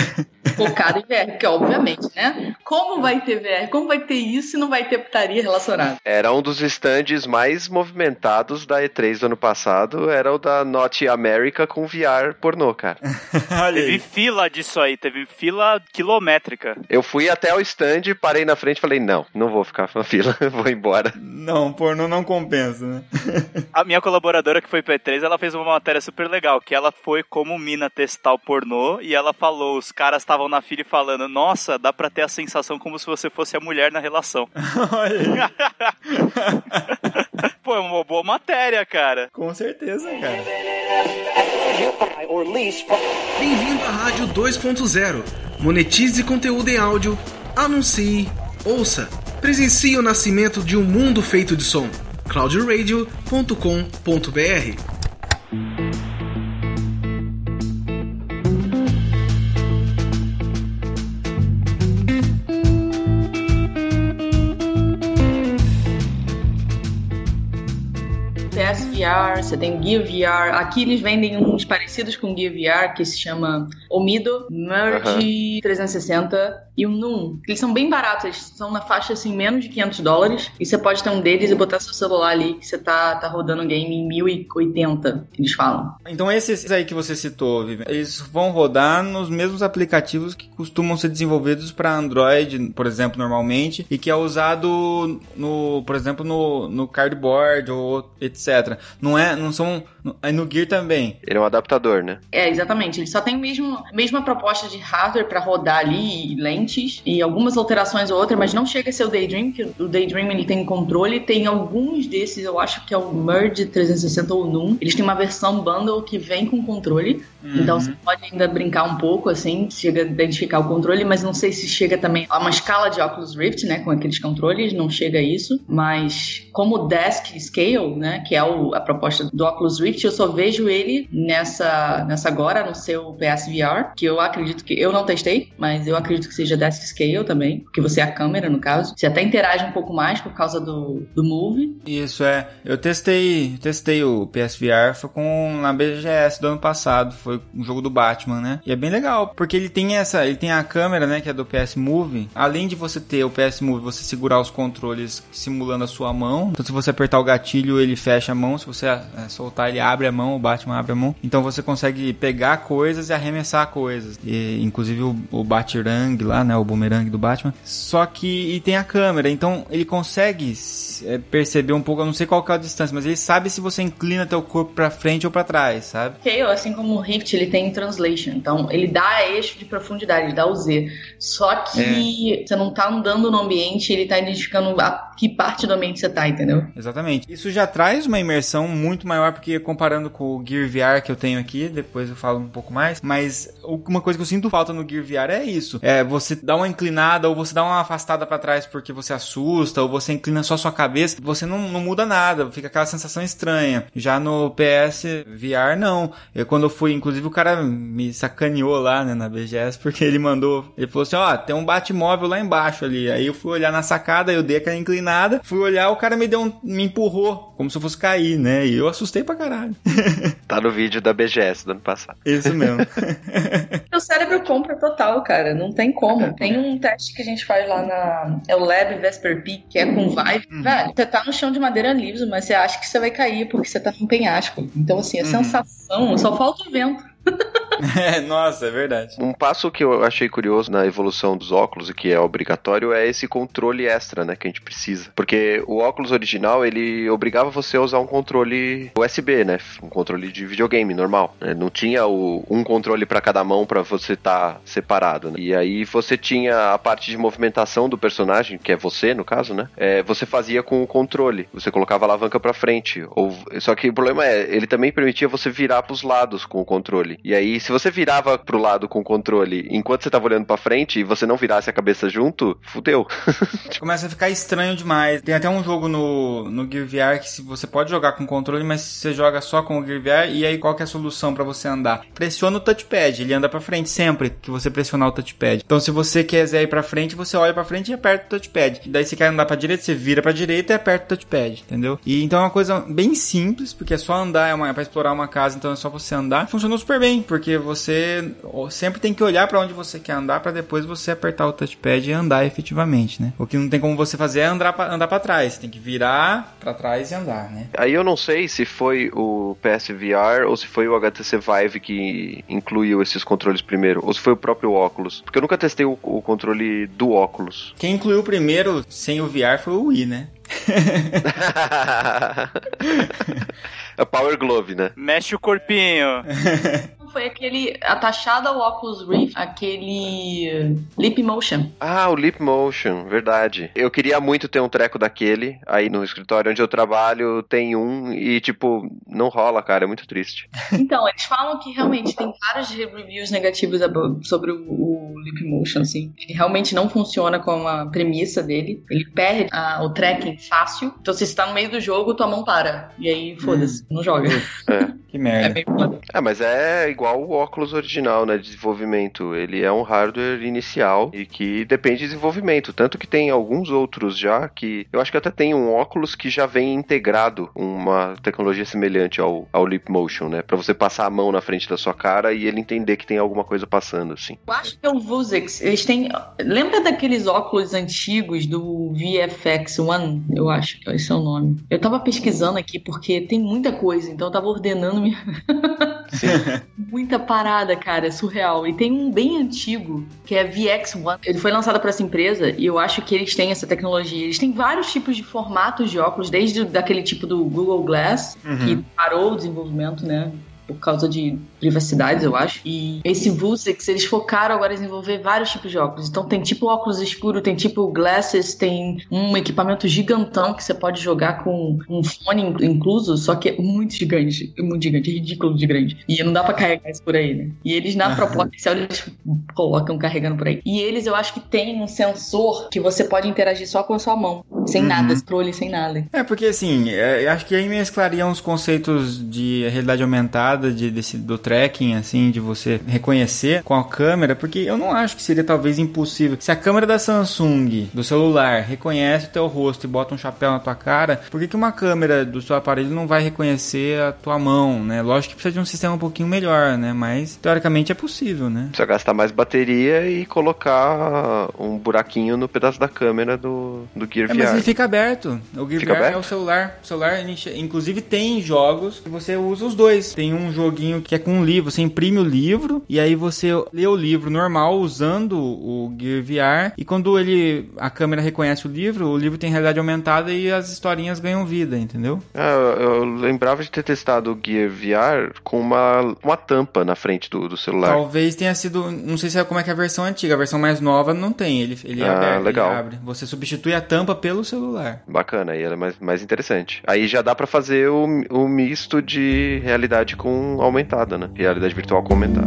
focado em VR, porque obviamente, né? Como vai ter VR? Como vai ter isso e não vai ter putaria relacionada? Era um dos stands mais movimentados da E3 do ano passado, era o da Not America com VR pornô, cara. Teve fila disso aí, teve fila quilométrica. Eu fui até o stand, parei na frente e falei, não vou ficar na fila, vou embora. Não, pornô não compensa, né? A minha colaboradora que foi pra E3, ela fez uma matéria super legal, que ela foi como mina testar o pornô, e ela falou, os caras estavam na fila e falando, nossa, dá pra ter a sensação como se você fosse a mulher na relação. Olha aí. Pô, é uma boa matéria, cara. Com certeza, cara. Bem-vindo à Rádio 2.0. Monetize conteúdo em áudio, anuncie, ouça, presencie o nascimento de um mundo feito de som. cloudradio.com.br. PSVR, você tem Gear VR. Aqui eles vendem uns parecidos com Gear VR, que se chama Omido, Merge 360 e o Noon. Eles são bem baratos, eles são na faixa assim, menos de $500. E você pode ter um deles e botar seu celular ali, que você tá rodando o game em 1080, eles falam. Então esses aí que você citou, Vivian, eles vão rodar nos mesmos aplicativos que costumam ser desenvolvidos para Android, por exemplo, normalmente, e que é usado por exemplo, no Cardboard ou etc. Não são... Aí no Gear também. Ele é um adaptador, né? É, exatamente. Ele só tem a mesma proposta de hardware para rodar ali, lentes e algumas alterações ou outra, mas não chega a ser o Daydream, que o Daydream ele tem controle. Tem alguns desses, eu acho que é o Merge 360 ou o Noon. Eles têm uma versão bundle que vem com controle. Então você pode ainda brincar um pouco, assim, chega a identificar o controle, mas não sei se chega também a uma escala de Oculus Rift, né, com aqueles controles, não chega a isso. Mas como Desk Scale, né, que é a proposta do Oculus Rift, eu só vejo ele nessa agora, no seu PSVR, que eu acredito que... Eu não testei, mas eu acredito que seja Desk Scale também, porque você é a câmera, no caso. Você até interage um pouco mais por causa do Move. Isso, é. Eu testei o PSVR, foi na BGS do ano passado, foi um jogo do Batman, né? E é bem legal, porque ele tem a câmera, né, que é do PS Move. Além de você ter o PS Move, você segurar os controles simulando a sua mão. Então, se você apertar o gatilho, ele fecha a mão. Se você soltar, ele abre a mão, o Batman abre a mão. Então, você consegue pegar coisas e arremessar coisas. E, inclusive, o Batirang lá, né, o boomerang do Batman. Só que tem a câmera, então ele consegue perceber um pouco, eu não sei qual que é a distância, mas ele sabe se você inclina teu corpo pra frente ou pra trás, sabe? Assim como o Rift, ele tem translation, então ele dá eixo de profundidade, ele dá o Z. Só que você não tá andando no ambiente, ele tá identificando a que parte do ambiente você tá, entendeu? Exatamente. Isso já traz uma imersão muito maior, porque comparando com o Gear VR que eu tenho aqui, depois eu falo um pouco mais, mas uma coisa que eu sinto falta no Gear VR é isso. É você dá uma inclinada ou você dá uma afastada pra trás porque você assusta, ou você inclina só sua cabeça, você não muda nada, fica aquela sensação estranha. Já no PS VR, não. Quando eu fui, inclusive o cara me sacaneou lá, né, na BGS, porque ele falou assim, tem um Batmóvel lá embaixo ali. Aí eu fui olhar na sacada, eu dei aquela inclinada, fui olhar, o cara me empurrou, como se eu fosse cair, né, e eu assustei pra caralho. Tá no vídeo da BGS do ano passado. Isso mesmo. O cérebro compra total, cara, não tem como. Tem um teste que a gente faz lá é o Lab Vesper Peak, que é com Vive. Velho, você tá no chão de madeira liso, mas você acha que você vai cair porque você tá num penhasco. Então, assim, a sensação, só falta o vento. Nossa, é verdade. Um passo que eu achei curioso na evolução dos óculos e que é obrigatório é esse controle extra, né, que a gente precisa. Porque o óculos original, ele obrigava você a usar um controle USB, né, um controle de videogame normal, né? Não tinha um controle para cada mão para você estar separado, né? E aí você tinha a parte de movimentação do personagem, que é você, no caso, né, você fazia com o controle, você colocava a alavanca para frente, só que o problema ele também permitia você virar pros lados com o controle. E aí, se você virava pro lado com o controle enquanto você tava olhando pra frente e você não virasse a cabeça junto, fudeu. Começa a ficar estranho demais. Tem até um jogo no Gear VR que você pode jogar com controle, mas você joga só com o Gear VR, e aí qual que é a solução pra você andar? Pressiona o touchpad, ele anda pra frente sempre que você pressionar o touchpad. Então, se você quiser ir pra frente, você olha pra frente e aperta o touchpad. E daí, se quer andar pra direita, você vira pra direita e aperta o touchpad, entendeu? E então é uma coisa bem simples, porque é só andar, é pra explorar uma casa, então é só você andar. Funcionou super bem, porque porque você sempre tem que olhar pra onde você quer andar pra depois você apertar o touchpad e andar efetivamente, né? O que não tem como você fazer é andar pra trás. Você tem que virar pra trás e andar, né? Aí eu não sei se foi o PSVR ou se foi o HTC Vive que incluiu esses controles primeiro, ou se foi o próprio óculos. Porque eu nunca testei o controle do óculos. Quem incluiu primeiro sem o VR foi o Wii, né? É Power Glove, né? Mexe o corpinho. Foi aquele atachado ao Oculus Rift, aquele Leap Motion. Ah, o Leap Motion, verdade. Eu queria muito ter um treco daquele. Aí no escritório onde eu trabalho tem um e, tipo, não rola, cara. É muito triste. Então, eles falam que realmente tem vários reviews negativos sobre o Leap Motion, assim. Ele realmente não funciona com a premissa dele. Ele perde o tracking fácil. Então, se você tá no meio do jogo, tua mão para. E aí, foda-se, não joga. Que merda. É bem foda. Mas é igual o óculos original, né, de desenvolvimento. Ele é um hardware inicial e que depende de desenvolvimento. Tanto que tem alguns outros já que... Eu acho que até tem um óculos que já vem integrado uma tecnologia semelhante ao Leap Motion, né? Pra você passar a mão na frente da sua cara e ele entender que tem alguma coisa passando, assim. Eu acho que é o Vuzix. Eles têm... Lembra daqueles óculos antigos do VFX One? Eu acho que esse é o nome. Eu tava pesquisando aqui porque tem muita coisa, então eu tava ordenando minha... Muita parada, cara, é surreal. E tem um bem antigo, que é VX1. Ele foi lançado por essa empresa e eu acho que eles têm essa tecnologia. Eles têm vários tipos de formatos de óculos, desde daquele tipo do Google Glass, que parou o desenvolvimento, né? Por causa de privacidades, eu acho. E esse Vuzix, eles focaram agora em desenvolver vários tipos de óculos. Então tem tipo óculos escuro, tem tipo glasses, tem um equipamento gigantão que você pode jogar com um fone incluso, só que é muito gigante, ridículo de grande. E não dá pra carregar isso por aí, né? E eles, na proposta inicial, eles colocam carregando por aí. E eles, eu acho que tem um sensor que você pode interagir só com a sua mão, sem nada, controle, sem nada. É, porque assim, eu acho que aí mesclariam os conceitos de realidade aumentada, do tracking, assim, de você reconhecer com a câmera, porque eu não acho que seria talvez impossível. Se a câmera da Samsung, do celular, reconhece o teu rosto e bota um chapéu na tua cara, por que uma câmera do seu aparelho não vai reconhecer a tua mão, né? Lógico que precisa de um sistema um pouquinho melhor, né? Mas, teoricamente, é possível, né? Precisa gastar mais bateria e colocar um buraquinho no pedaço da câmera do Gear VR. Mas ele fica aberto. O Gear VR aberto? é o celular. O celular, inclusive, tem jogos que você usa os dois. Tem um joguinho que é com um livro. Você imprime o livro e aí você lê o livro normal usando o Gear VR. E quando a câmera reconhece o livro tem realidade aumentada e as historinhas ganham vida, entendeu? Eu lembrava de ter testado o Gear VR com uma tampa na frente do celular. Talvez tenha sido... Não sei se é como é que é a versão antiga. A versão mais nova não tem. Ele é aberto, legal. Ele abre. Você substitui a tampa pelo celular. Bacana, aí era mais interessante. Aí já dá pra fazer o misto de realidade com aumentada, né? Realidade virtual com aumentada.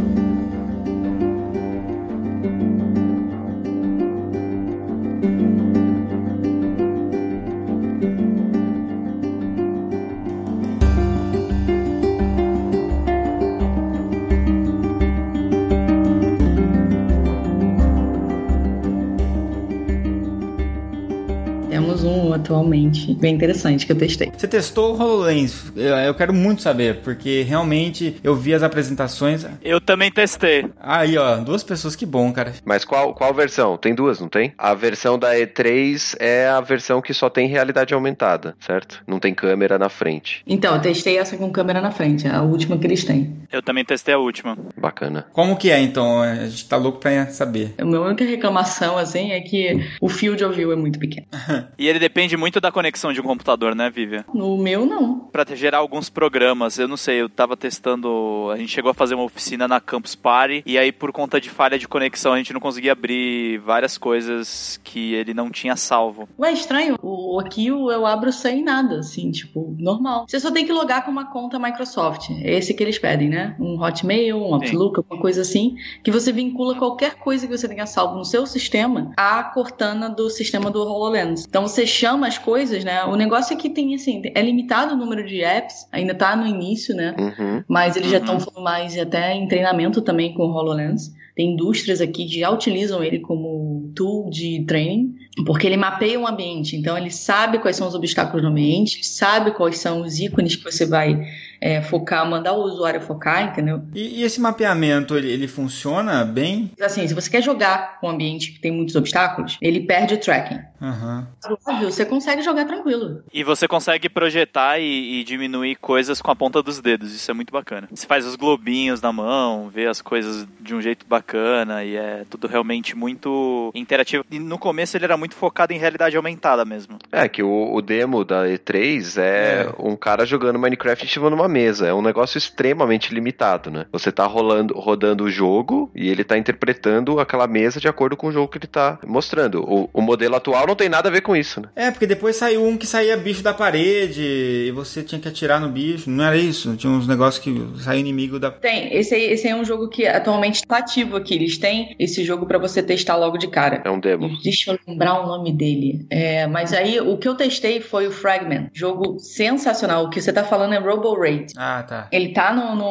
Atualmente, bem interessante, que eu testei. Você testou o HoloLens? Eu quero muito saber, porque realmente eu vi as apresentações. Eu também testei. Aí, ó, 2 pessoas, que bom, cara. Mas qual versão? Tem 2, não tem? A versão da E3 é a versão que só tem realidade aumentada, certo? Não tem câmera na frente. Então, eu testei essa com câmera na frente, a última que eles têm. Eu também testei a última. Bacana. Como que é, então? A gente tá louco pra saber. A minha única reclamação, assim, é que o field of view é muito pequeno. E ele depende muito da conexão de um computador, né, Vivian? No meu, não. Pra gerar alguns programas, eu não sei, eu tava testando, a gente chegou a fazer uma oficina na Campus Party, e aí por conta de falha de conexão a gente não conseguia abrir várias coisas que ele não tinha salvo. Ué, estranho. Aqui eu abro sem nada, assim, tipo, normal. Você só tem que logar com uma conta Microsoft. É esse que eles pedem, né? Um Hotmail, um Outlook, alguma coisa assim, que você vincula qualquer coisa que você tenha salvo no seu sistema à Cortana do sistema do HoloLens. Então você chama as coisas, né? O negócio é que tem, assim, é limitado o número de apps, ainda tá no início, né? Mas eles já estão mais até em treinamento também com o HoloLens. Tem indústrias aqui que já utilizam ele como tool de training, porque ele mapeia um ambiente. Então, ele sabe quais são os obstáculos no ambiente, sabe quais são os ícones que você vai focar, mandar o usuário focar, entendeu? E esse mapeamento, ele funciona bem? Assim, se você quer jogar com um ambiente que tem muitos obstáculos, ele perde o tracking. Óbvio, você consegue jogar tranquilo. E você consegue projetar e diminuir coisas com a ponta dos dedos, isso é muito bacana. Você faz os globinhos na mão, vê as coisas de um jeito bacana e é tudo realmente muito interativo. E no começo ele era muito focado em realidade aumentada mesmo. Que o demo da E3 é um cara jogando Minecraft em cima numa mesa. É um negócio extremamente limitado, né? Você tá rodando o jogo e ele tá interpretando aquela mesa de acordo com o jogo que ele tá mostrando. O modelo atual não tem nada a ver com isso, né? Porque depois saiu um que saía bicho da parede e você tinha que atirar no bicho. Não era isso? Tinha uns negócios que saía inimigo da... Tem. Esse aí é um jogo que atualmente tá ativo aqui. Eles têm esse jogo pra você testar logo de cara. É um demo. Deixa eu lembrar o nome dele. Mas aí, o que eu testei foi o Fragment. Jogo sensacional. O que você tá falando é Robo-Raid. Tá. Ele tá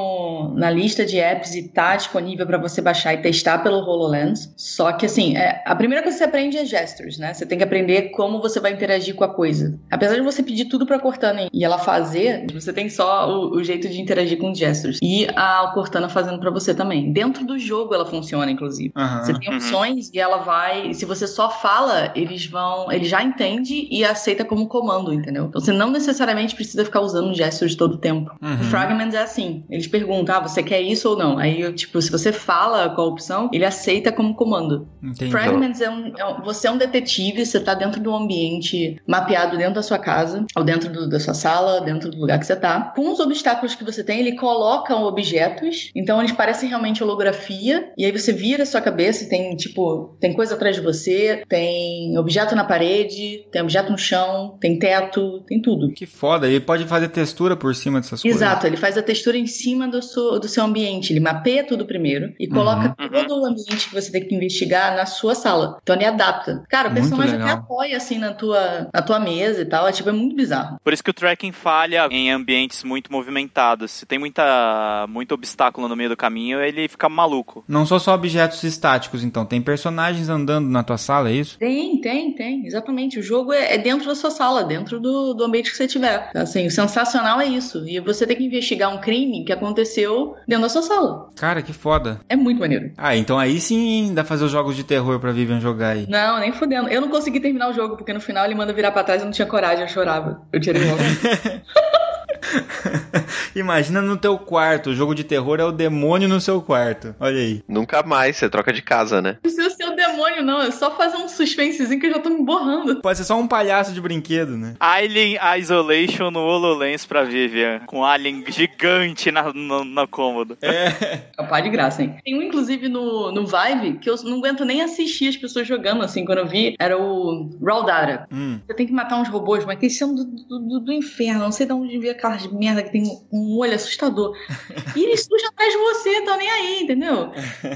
na lista de apps e tá disponível pra você baixar e testar pelo HoloLens. Só que, assim, a primeira coisa que você aprende é gestures, né? Você tem que aprender como você vai interagir com a coisa. Apesar de você pedir tudo pra Cortana e ela fazer, você tem só o jeito de interagir com gestures. E a Cortana fazendo pra você também. Dentro do jogo ela funciona, inclusive. Você tem opções e ela vai... Se você só fala, ele já entende e aceita como comando, entendeu? Então você não necessariamente precisa ficar usando gestures todo o tempo. O Fragments é assim. Eles perguntam, você quer isso ou não? Aí, se você fala qual a opção, ele aceita como comando. Entendi. Fragments você é um detetive, você tá dentro de um ambiente mapeado dentro da sua casa, ou dentro da sua sala, dentro do lugar que você tá. Com os obstáculos que você tem, ele coloca objetos, então eles parecem realmente holografia, e aí você vira a sua cabeça e tem coisa atrás de você, tem objeto na parede, tem objeto no chão, tem teto, tem tudo. Que foda, ele pode fazer textura por cima dessas coisas. Exato, ele faz a textura em cima do seu ambiente, ele mapeia tudo primeiro e coloca todo o ambiente que você tem que investigar na sua sala. Então ele adapta. Cara, o personagem até apoia assim na tua mesa e tal, é muito bizarro. Por isso que o tracking falha em ambientes muito movimentados. Se tem muito obstáculo no meio do caminho, ele fica maluco. Não são só objetos estáticos, então. Tem personagens andando na tua sala, é isso? Tem. Exatamente. O jogo é dentro da sua sala, dentro do ambiente que você tiver. Assim, o sensacional é isso. E você tem que investigar um crime que aconteceu dentro da sua sala. Cara, que foda. É muito maneiro. Então aí sim dá pra fazer os jogos de terror pra Vivian jogar aí. Não, nem fudendo. Eu não consegui terminar o jogo, porque no final ele manda virar pra trás e eu não tinha coragem, eu chorava. Eu tirei logo. Imagina no teu quarto, o jogo de terror é o demônio no seu quarto. Olha aí. Nunca mais, você troca de casa, né? Não precisa ser o demônio, não. É só fazer um suspensezinho que eu já tô me borrando. Pode ser só um palhaço de brinquedo, né? Alien Isolation no HoloLens pra Vivian. Com Alien gigante na cômoda. É um par de graça, hein? Tem um, inclusive, no Vive, que eu não aguento nem assistir as pessoas jogando, assim. Quando eu vi, era o Raw Data. Você tem que matar uns robôs, mas que eles são do inferno. Não sei de onde veio aquelas merda que tem um olho assustador. E eles surgem atrás de você, não nem aí, entendeu?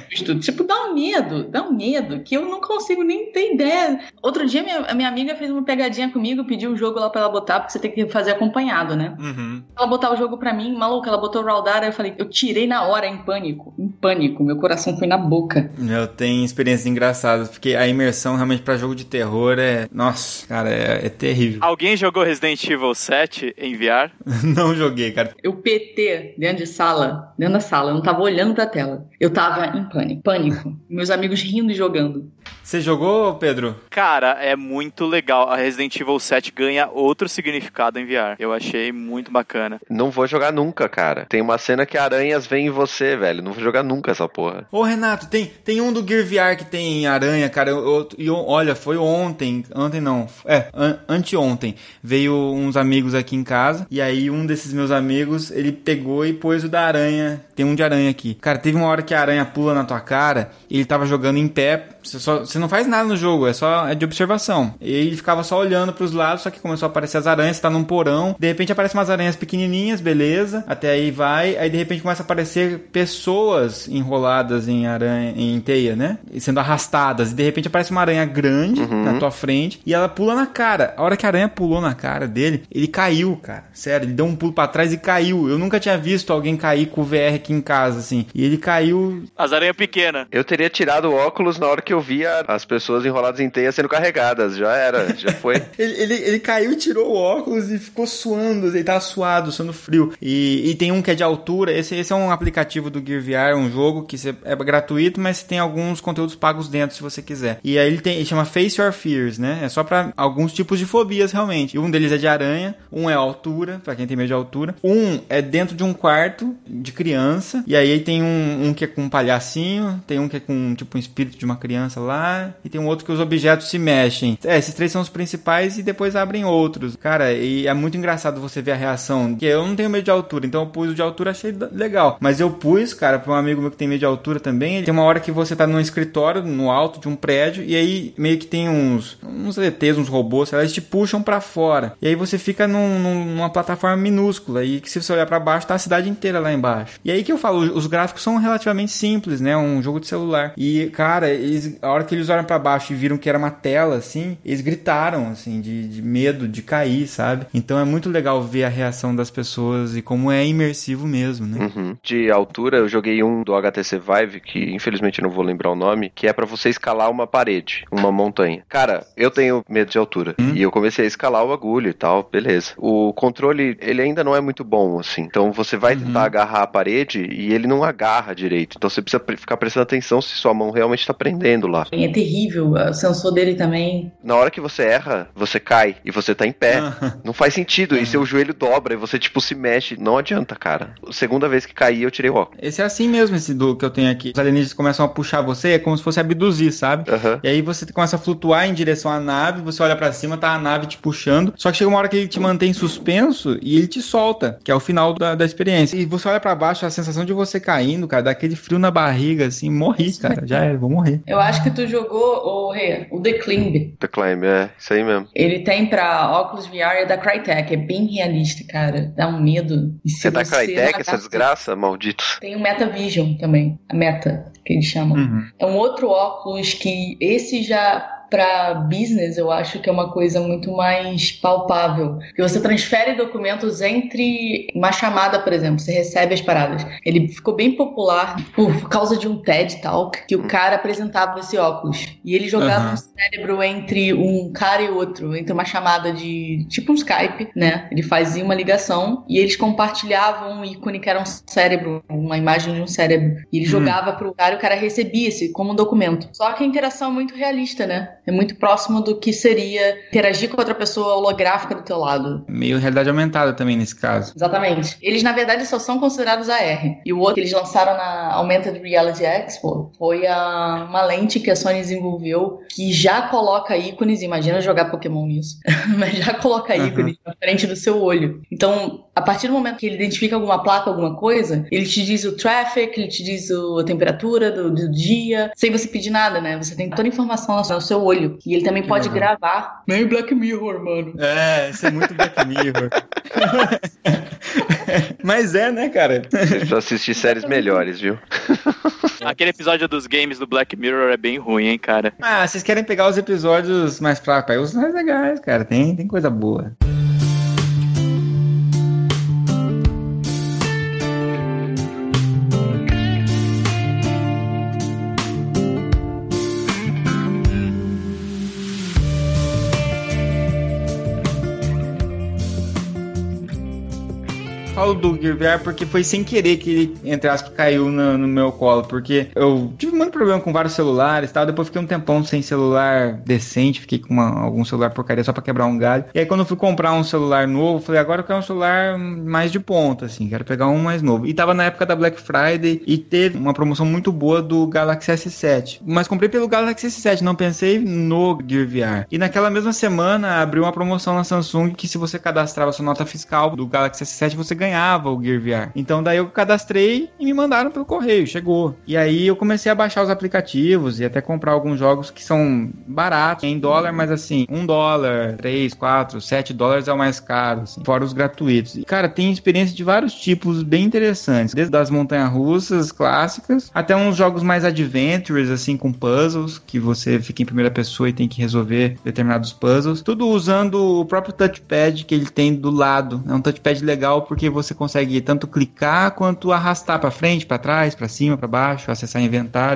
Dá um medo, que eu não consigo nem ter ideia. Outro dia, a minha amiga fez uma pegadinha comigo, pediu o jogo lá pra ela botar, porque você tem que fazer acompanhado, né? Ela botar o jogo pra mim, maluca, ela botou o Raudara, eu falei, eu tirei na hora, em pânico, meu coração foi na boca. Eu tenho experiências engraçadas, porque a imersão realmente pra jogo de terror nossa, cara, é terrível. Alguém jogou Resident Evil 7 em VR? Não joguei, cara. Eu PT dentro da sala, eu não tava olhando pra tela. Eu tava em pânico. Meus amigos rindo e jogando. Você jogou, Pedro? Cara, é muito legal. A Resident Evil 7 ganha outro significado em VR. Eu achei muito bacana. Não vou jogar nunca, cara. Tem uma cena que aranhas vêm em você, velho. Não vou jogar nunca essa porra. Ô, Renato, tem um do Gear VR que tem aranha, cara. Olha, foi ontem não. Anteontem. Veio uns amigos aqui em casa. E aí um desses meus amigos, ele pegou e pôs o da aranha. Tem um de aranha aqui. Cara, teve uma hora que a aranha pula na tua cara. E ele tava jogando em pé. Você não faz nada no jogo, é de observação. E ele ficava só olhando pros lados, só que começou a aparecer as aranhas, você tá num porão, de repente aparecem umas aranhas pequenininhas, beleza, até aí vai, aí de repente começa a aparecer pessoas enroladas em aranha, em teia, né? E sendo arrastadas, e de repente aparece uma aranha grande na tua frente, e ela pula na cara. A hora que a aranha pulou na cara dele, ele caiu, cara. Sério, ele deu um pulo pra trás e caiu. Eu nunca tinha visto alguém cair com o VR aqui em casa, assim. E ele caiu... As aranhas pequenas. Eu teria tirado o óculos na hora que eu via as pessoas enroladas em teia sendo carregadas. Já era, já foi. Ele caiu e tirou o óculos e ficou suando, ele tava suado, suando frio. E tem um que é de altura, esse é um aplicativo do Gear VR, um jogo que é gratuito, mas tem alguns conteúdos pagos dentro, se você quiser. E aí ele chama Face Your Fears, né? É só pra alguns tipos de fobias, realmente. E um deles é de aranha, um é altura, pra quem tem medo de altura. Um é dentro de um quarto de criança, e aí tem um que é com um palhacinho, tem um que é com tipo um espírito de uma criança lá, e tem um outro que os objetos se mexem. Esses 3 são os principais e depois abrem outros. Cara, e é muito engraçado você ver a reação, porque eu não tenho medo de altura, então eu pus o de altura, achei legal. Mas eu pus, cara, pra um amigo meu que tem medo de altura também, tem uma hora que você tá num escritório, no alto de um prédio, e aí meio que tem uns ETs, uns robôs, eles te puxam pra fora. E aí você fica numa plataforma minúscula, e que se você olhar pra baixo, tá a cidade inteira lá embaixo. E aí que eu falo, os gráficos são relativamente simples, né? Um jogo de celular. E, cara, a hora que eles olham pra baixo e viram que era uma tela, assim, eles gritaram, assim, de medo de cair, sabe? Então é muito legal ver a reação das pessoas e como é imersivo mesmo, né? Uhum. De altura, eu joguei um do HTC Vive, que infelizmente eu não vou lembrar o nome, que é pra você escalar uma parede, uma montanha. Cara, eu tenho medo de altura. E eu comecei a escalar o bagulho e tal, beleza. O controle, ele ainda não é muito bom, assim. Então você vai tentar agarrar a parede e ele não agarra direito. Então você precisa ficar prestando atenção se sua mão realmente tá prendendo lá. É terrível, o sensor dele também. Na hora que você erra, você cai e você tá em pé. Não faz sentido. E seu joelho dobra e você, tipo, se mexe. Não adianta, cara. Segunda vez que caí, eu tirei o óculos. Esse é assim mesmo, esse do que eu tenho aqui. Os alienígenas começam a puxar você, é como se fosse abduzir, sabe? E aí você começa a flutuar em direção à nave, você olha pra cima, tá a nave te puxando. Só que chega uma hora que ele te mantém suspenso e ele te solta, que é o final da experiência. E você olha pra baixo, a sensação de você caindo, cara, dá aquele frio na barriga, assim, morri, cara. Já era, vou morrer. Eu acho que tu jogou o The Climb. The Climb, é, isso aí mesmo. Ele tem pra Oculus VR, é da Crytek, é bem realista, cara. Dá um medo. Você tá Crytek, essa desgraça, maldito. Tem o Metavision também, a Meta, que eles chamam. É um outro óculos que esse já... Para business, eu acho que é uma coisa muito mais palpável. Porque você transfere documentos entre uma chamada, por exemplo, você recebe as paradas. Ele ficou bem popular por causa de um TED Talk, que o cara apresentava esse óculos. E ele jogava um cérebro entre um cara e outro, entre uma chamada de tipo um Skype, né? Ele fazia uma ligação e eles compartilhavam um ícone que era um cérebro, uma imagem de um cérebro. E ele jogava pro cara e o cara recebia esse como um documento. Só que a interação é muito realista, né? É muito próximo do que seria interagir com outra pessoa holográfica do teu lado. Meio realidade aumentada também nesse caso. Exatamente. Eles, na verdade, só são considerados AR. E o outro que eles lançaram na Augmented Reality Expo foi uma lente que a Sony desenvolveu que já coloca ícones, imagina jogar Pokémon nisso, mas já coloca ícones na frente do seu olho. Então, a partir do momento que ele identifica alguma placa, alguma coisa, ele te diz o traffic, ele te diz a temperatura do dia, sem você pedir nada, né? Você tem toda a informação no seu olho. E ele também pode gravar. Meio Black Mirror, mano. É, isso é muito Black Mirror. Mas é, né, cara? Eu assisti séries melhores, viu? Aquele episódio dos games do Black Mirror é bem ruim, hein, cara? Ah, vocês querem pegar os episódios mais fracos? Os mais legais, cara. Tem coisa boa. Falo do Gear VR porque foi sem querer que ele, entre aspas, caiu no meu colo, porque eu tive muito problema com vários celulares e tal, depois fiquei um tempão sem celular decente, fiquei com algum celular porcaria só pra quebrar um galho, e aí quando eu fui comprar um celular novo, falei, agora eu quero um celular mais de ponta, assim, quero pegar um mais novo, e tava na época da Black Friday, e teve uma promoção muito boa do Galaxy S7, mas comprei pelo Galaxy S7, não pensei no Gear VR, e naquela mesma semana abriu uma promoção na Samsung que se você cadastrava sua nota fiscal do Galaxy S7, você ganhava o Gear VR. Então daí eu cadastrei e me mandaram pelo correio, chegou. E aí eu comecei a baixar os aplicativos e até comprar alguns jogos que são baratos, em dólar, mas assim, $1, 3, 4, $7 é o mais caro, assim, fora os gratuitos. E cara, tem experiência de vários tipos bem interessantes, desde das montanhas-russas clássicas, até uns jogos mais adventures, assim, com puzzles, que você fica em primeira pessoa e tem que resolver determinados puzzles, tudo usando o próprio touchpad que ele tem do lado. É um touchpad legal porque você consegue tanto clicar quanto arrastar para frente, para trás, para cima, para baixo, acessar inventário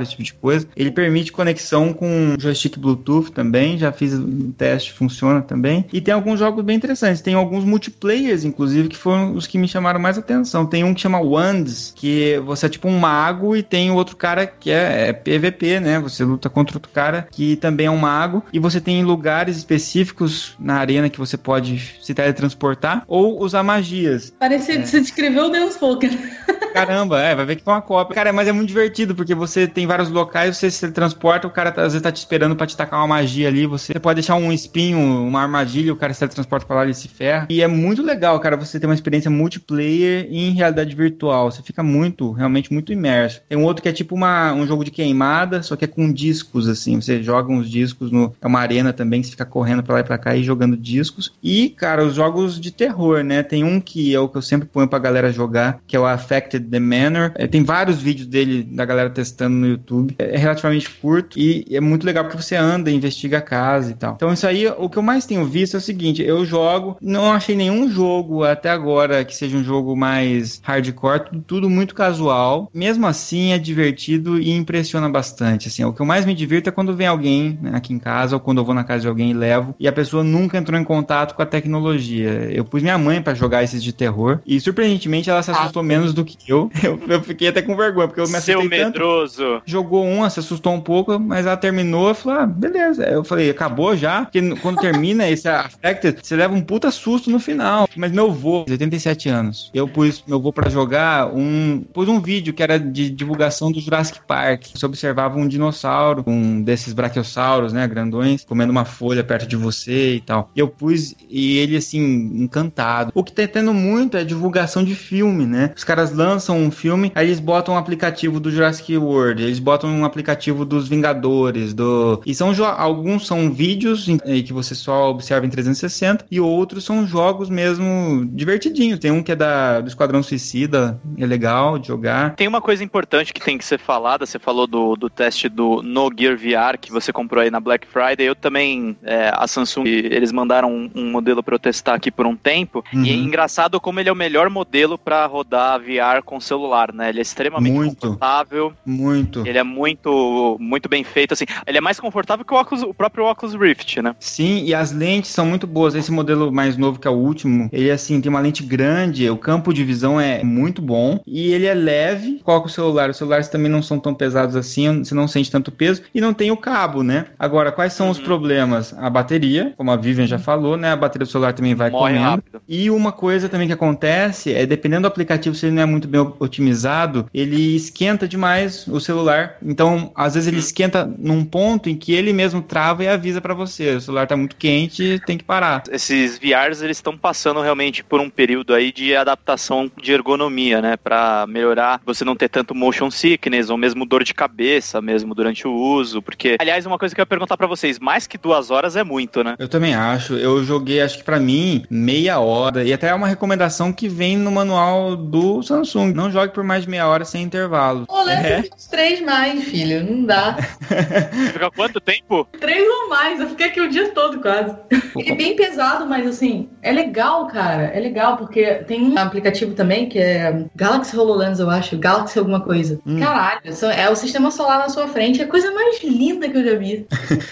esse tipo de coisa. Ele permite conexão com joystick Bluetooth também, já fiz um teste, funciona também. E tem alguns jogos bem interessantes, tem alguns multiplayers, inclusive, que foram os que me chamaram mais atenção. Tem um que chama Wands, que você é tipo um mago, e tem o outro cara que é PVP, né? Você luta contra outro cara que também é um mago, e você tem lugares específicos na arena que você pode se teletransportar ou usar magias. Parece você descreveu o Deus Poker. Caramba, vai ver que foi uma cópia. Cara, mas é muito divertido, porque você tem vários locais, você se transporta, o cara às vezes tá te esperando pra te tacar uma magia ali, você pode deixar um espinho, uma armadilha, o cara se transporta pra lá e ele se ferra. E é muito legal, cara, você ter uma experiência multiplayer em realidade virtual. Você fica realmente muito imerso. Tem um outro que é tipo um jogo de queimada, só que é com discos, assim. Você joga uns discos, é uma arena também, que você fica correndo pra lá e pra cá e jogando discos. E, cara, os jogos de terror, né? Tem um que é o que eu sempre ponho pra galera jogar, que é o Affected the Manor. Tem vários vídeos dele, da galera testando no YouTube. É relativamente curto e é muito legal porque você anda, investiga a casa e tal. Então isso aí, o que eu mais tenho visto é o seguinte, eu jogo, não achei nenhum jogo até agora que seja um jogo mais hardcore, tudo muito casual. Mesmo assim é divertido e impressiona bastante, assim. O que eu mais me divirto é quando vem alguém, né, aqui em casa, ou quando eu vou na casa de alguém e levo, e a pessoa nunca entrou em contato com a tecnologia. Eu pus minha mãe pra jogar esses de terror e surpreendentemente ela se assustou menos do que eu. Eu fiquei até com vergonha, porque eu me assustei tanto. Seu medroso. Jogou se assustou um pouco, mas ela terminou e falou, beleza. Eu falei, acabou já? Porque quando termina esse Affected, você leva um puta susto no final. Mas meu avô, 87 anos, eu pus meu avô pra jogar pus um vídeo que era de divulgação do Jurassic Park. Você observava um dinossauro, um desses braquiossauros, né, grandões, comendo uma folha perto de você e tal. E eu pus, e ele, assim, encantado. O que tá tendo muito é divulgação de filme, né? Os caras lançam um filme, aí eles botam um aplicativo do Jurassic World, eles botam um aplicativo dos Vingadores, e alguns são vídeos que você só observa em 360, e outros são jogos mesmo divertidinhos. Tem um que é do Esquadrão Suicida, é legal de jogar. Tem uma coisa importante que tem que ser falada, você falou do teste do No Gear VR, que você comprou aí na Black Friday. Eu também, a Samsung, eles mandaram um modelo para eu testar aqui por um tempo, e é engraçado como ele é o melhor modelo para rodar VR com celular, né? Ele é extremamente confortável. Ele é muito bem feito, assim. Ele é mais confortável que o próprio Oculus Rift, né? Sim, e as lentes são muito boas. Esse modelo mais novo, que é o último, ele, assim, tem uma lente grande, o campo de visão é muito bom, e ele é leve. Coloca o celular. Os celulares também não são tão pesados assim, você não sente tanto peso, e não tem o cabo, né? Agora, quais são os problemas? A bateria, como a Vivian já falou, né? A bateria do celular também vai comendo. Rápido. E uma coisa também que acontece é, dependendo do aplicativo, se ele não é muito bem otimizado, ele esquenta demais o celular. Então, às vezes ele esquenta num ponto em que ele mesmo trava e avisa pra você. O celular tá muito quente, tem que parar. Esses VRs, eles estão passando realmente por um período aí de adaptação de ergonomia, né? Pra melhorar, você não ter tanto motion sickness ou mesmo dor de cabeça mesmo durante o uso. Porque, aliás, uma coisa que eu ia perguntar pra vocês, mais que 2 horas é muito, né? Eu também acho. Eu joguei, acho que pra mim, meia hora. E até é uma recomendação que vem no manual do Samsung. Não jogue por mais de meia hora sem intervalo. Leva uns 3 mais, filho. Não dá. Fica quanto tempo? 3 ou mais. Eu fiquei aqui o dia todo, quase. Ele é bem pesado, mas assim, é legal, cara. É legal, porque tem um aplicativo também que é Galaxy HoloLens, eu acho. Galaxy alguma coisa. Caralho. É o sistema solar na sua frente. É a coisa mais linda que eu já vi.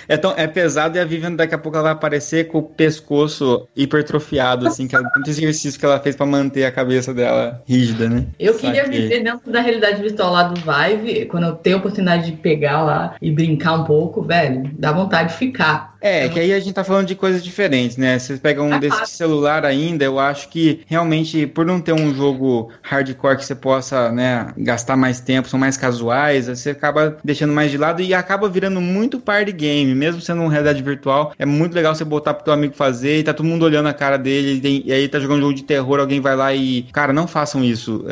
É pesado, e a Vivian daqui a pouco ela vai aparecer com o pescoço hipertrofiado, assim, que é tanto exercício que ela fez pra manter a cabeça dela rígida, né? Eu queria viver dentro da realidade virtual lá do Vive, quando eu tenho a oportunidade de pegar lá e brincar um pouco, velho, dá vontade de ficar. Que aí a gente tá falando de coisas diferentes, né? Você pega um desse celular ainda, eu acho que realmente, por não ter um jogo hardcore que você possa, né, gastar mais tempo, são mais casuais, você acaba deixando mais de lado e acaba virando muito party game, mesmo sendo uma realidade virtual. É muito legal você botar pro teu amigo fazer e tá todo mundo olhando a cara dele e aí tá jogando um jogo de terror, alguém vai lá e... Cara, não façam isso.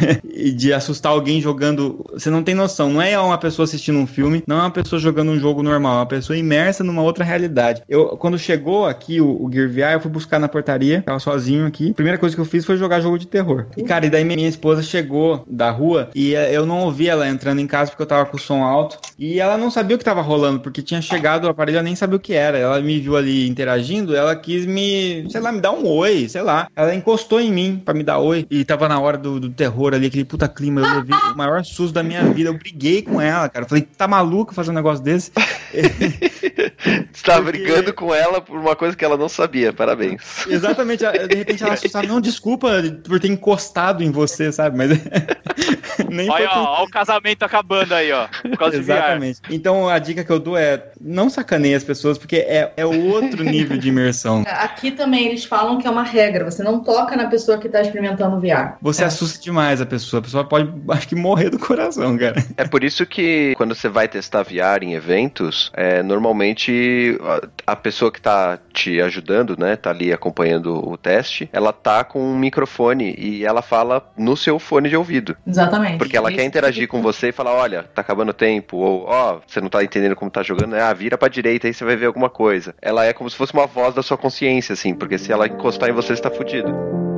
De assustar alguém jogando... Você não tem noção. Não é uma pessoa assistindo um filme, não é uma pessoa jogando um jogo normal, é uma pessoa imersa numa outra realidade. realidade. Quando chegou aqui o Gear VR, eu fui buscar na portaria, tava sozinho aqui. A primeira coisa que eu fiz foi jogar jogo de terror. E, cara, daí minha esposa chegou da rua e eu não ouvi ela entrando em casa porque eu tava com o som alto. E ela não sabia o que tava rolando, porque tinha chegado o aparelho, ela nem sabia o que era. Ela me viu ali interagindo, ela quis me dar um oi, sei lá. Ela encostou em mim pra me dar oi. E tava na hora do terror ali, aquele puta clima. Eu levei o maior susto da minha vida. Eu briguei com ela, cara. Eu falei, tá maluco fazer um negócio desse? Você tava brigando com ela por uma coisa que ela não sabia. Parabéns. Exatamente. De repente ela assustava. Não, desculpa por ter encostado em você, sabe? Mas... nem olha, ó, o casamento acabando aí, ó. Por causa exatamente. de VR. Então a dica que eu dou é não sacaneie as pessoas, porque é outro nível de imersão. Aqui também eles falam que é uma regra. Você não toca na pessoa que tá experimentando o VR. Você assusta demais a pessoa pode, acho que, morrer do coração, cara. É por isso que quando você vai testar VR em eventos, normalmente a pessoa que tá te ajudando, né, tá ali acompanhando o teste, ela tá com um microfone e ela fala no seu fone de ouvido. Exatamente. Porque ela quer interagir com você e falar, olha, tá acabando o tempo, ou, você não tá entendendo como tá jogando, vira pra direita aí você vai ver alguma coisa. Ela é como se fosse uma voz da sua consciência, assim, porque se ela encostar em você, você tá fudido.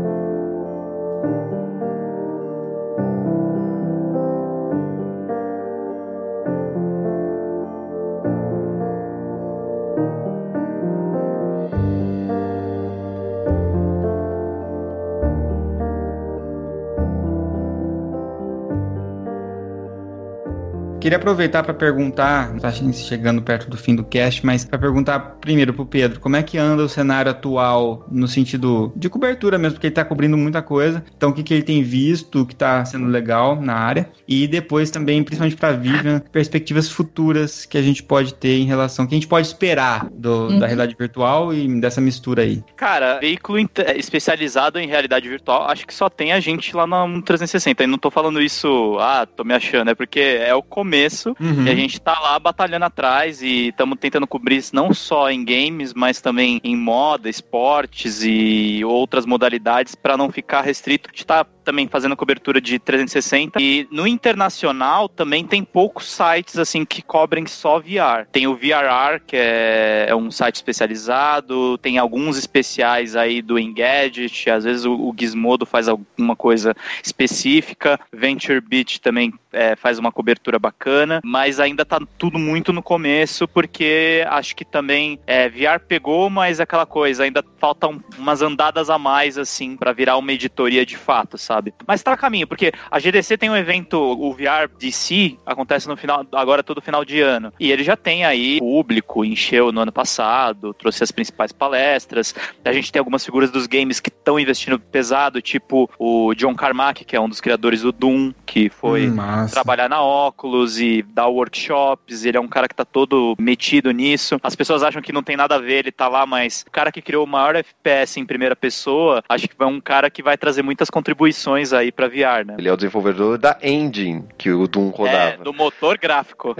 Queria aproveitar para perguntar, tá chegando perto do fim do cast, mas para perguntar primeiro pro Pedro, como é que anda o cenário atual no sentido de cobertura mesmo, porque ele tá cobrindo muita coisa, então o que ele tem visto, o que tá sendo legal na área, e depois também, principalmente pra Vivian, perspectivas futuras que a gente pode ter em relação, que a gente pode esperar da realidade virtual e dessa mistura aí. Cara, veículo especializado em realidade virtual, acho que só tem a gente lá no 360, e não tô falando isso, tô me achando, é porque é o começo, e a gente tá lá batalhando atrás e estamos tentando cobrir isso não só em games, mas também em moda, esportes e outras modalidades para não ficar restrito. A gente tá também fazendo cobertura de 360 e no internacional também tem poucos sites assim que cobrem só VR. Tem o VRR, que é um site especializado, tem alguns especiais aí do Engadget, às vezes o Gizmodo faz alguma coisa específica, VentureBeat também faz uma cobertura bacana, mas ainda tá tudo muito no começo, porque acho que também VR pegou, mas aquela coisa, ainda faltam umas andadas a mais, assim, pra virar uma editoria de fato, sabe? Mas tá a caminho, porque a GDC tem um evento, o VR DC, acontece no final, agora todo final de ano, e ele já tem aí público, encheu no ano passado, trouxe as principais palestras, a gente tem algumas figuras dos games que estão investindo pesado, tipo o John Carmack, que é um dos criadores do Doom, que foi trabalhar na Oculus e dar workshops, ele é um cara que tá todo metido nisso. As pessoas acham que não tem nada a ver, ele tá lá, mas o cara que criou o maior FPS em primeira pessoa, acho que é um cara que vai trazer muitas contribuições aí pra VR, né? Ele é o desenvolvedor da engine que o Doom rodava. Do motor gráfico.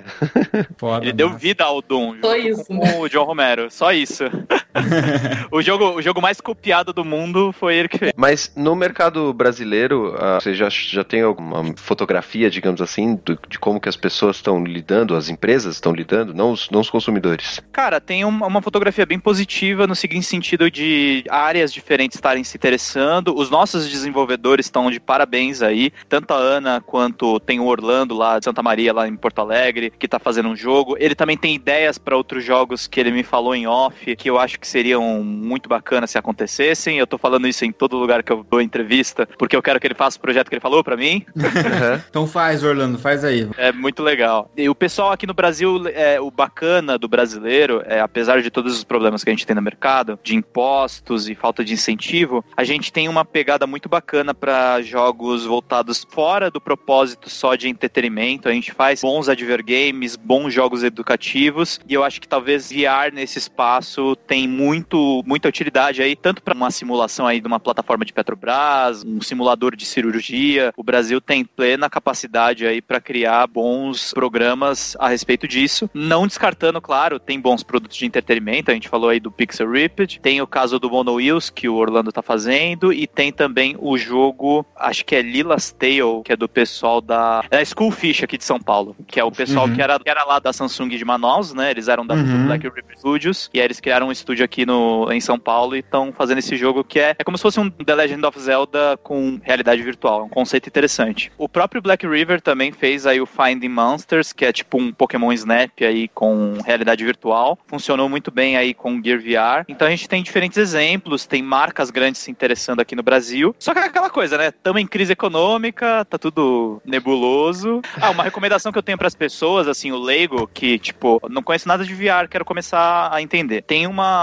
Foda, ele deu vida ao Doom. Só isso, com o John Romero. Só isso. o jogo mais copiado do mundo foi ele que fez. Mas no mercado brasileiro, você já tem alguma fotografia, digamos assim, de como que as pessoas estão lidando, as empresas estão lidando, não os consumidores? Cara, tem uma fotografia bem positiva no seguinte sentido de áreas diferentes estarem se interessando. Os nossos desenvolvedores estão de parabéns aí, tanto a Ana quanto tem o Orlando lá de Santa Maria, lá em Porto Alegre, que tá fazendo um jogo. Ele também tem ideias para outros jogos que ele me falou em off, que eu acho que seriam muito bacanas se acontecessem. Eu tô falando isso em todo lugar que eu dou entrevista, porque eu quero que ele faça o projeto que ele falou pra mim. Então faz, Orlando, faz aí. É muito legal. E o pessoal aqui no Brasil, o bacana do brasileiro, apesar de todos os problemas que a gente tem no mercado, de impostos e falta de incentivo, a gente tem uma pegada muito bacana para jogos voltados fora do propósito só de entretenimento. A gente faz bons advergames, bons jogos educativos, e eu acho que talvez VR nesse espaço tem muita utilidade aí, tanto para uma simulação aí de uma plataforma de Petrobras, um simulador de cirurgia. O Brasil tem plena capacidade aí para criar bons programas a respeito disso, não descartando, claro, tem bons produtos de entretenimento, a gente falou aí do Pixel Ripped, tem o caso do Mono Wheels que o Orlando tá fazendo, e tem também o jogo, acho que é Lila's Tale, que é do pessoal da Skullfish aqui de São Paulo, que é o pessoal que era lá da Samsung de Manaus, né? Eles eram da Black River Studios, e aí eles criaram um estúdio aqui em São Paulo e estão fazendo esse jogo que é como se fosse um The Legend of Zelda com realidade virtual. É um conceito interessante. O próprio Black River também fez aí o Finding Monsters, que é tipo um Pokémon Snap aí com realidade virtual. Funcionou muito bem aí com Gear VR. Então a gente tem diferentes exemplos, tem marcas grandes se interessando aqui no Brasil. Só que é aquela coisa, né? Estamos em crise econômica, tá tudo nebuloso. Uma recomendação que eu tenho pras pessoas, assim, o leigo, que, tipo, não conheço nada de VR, quero começar a entender. Tem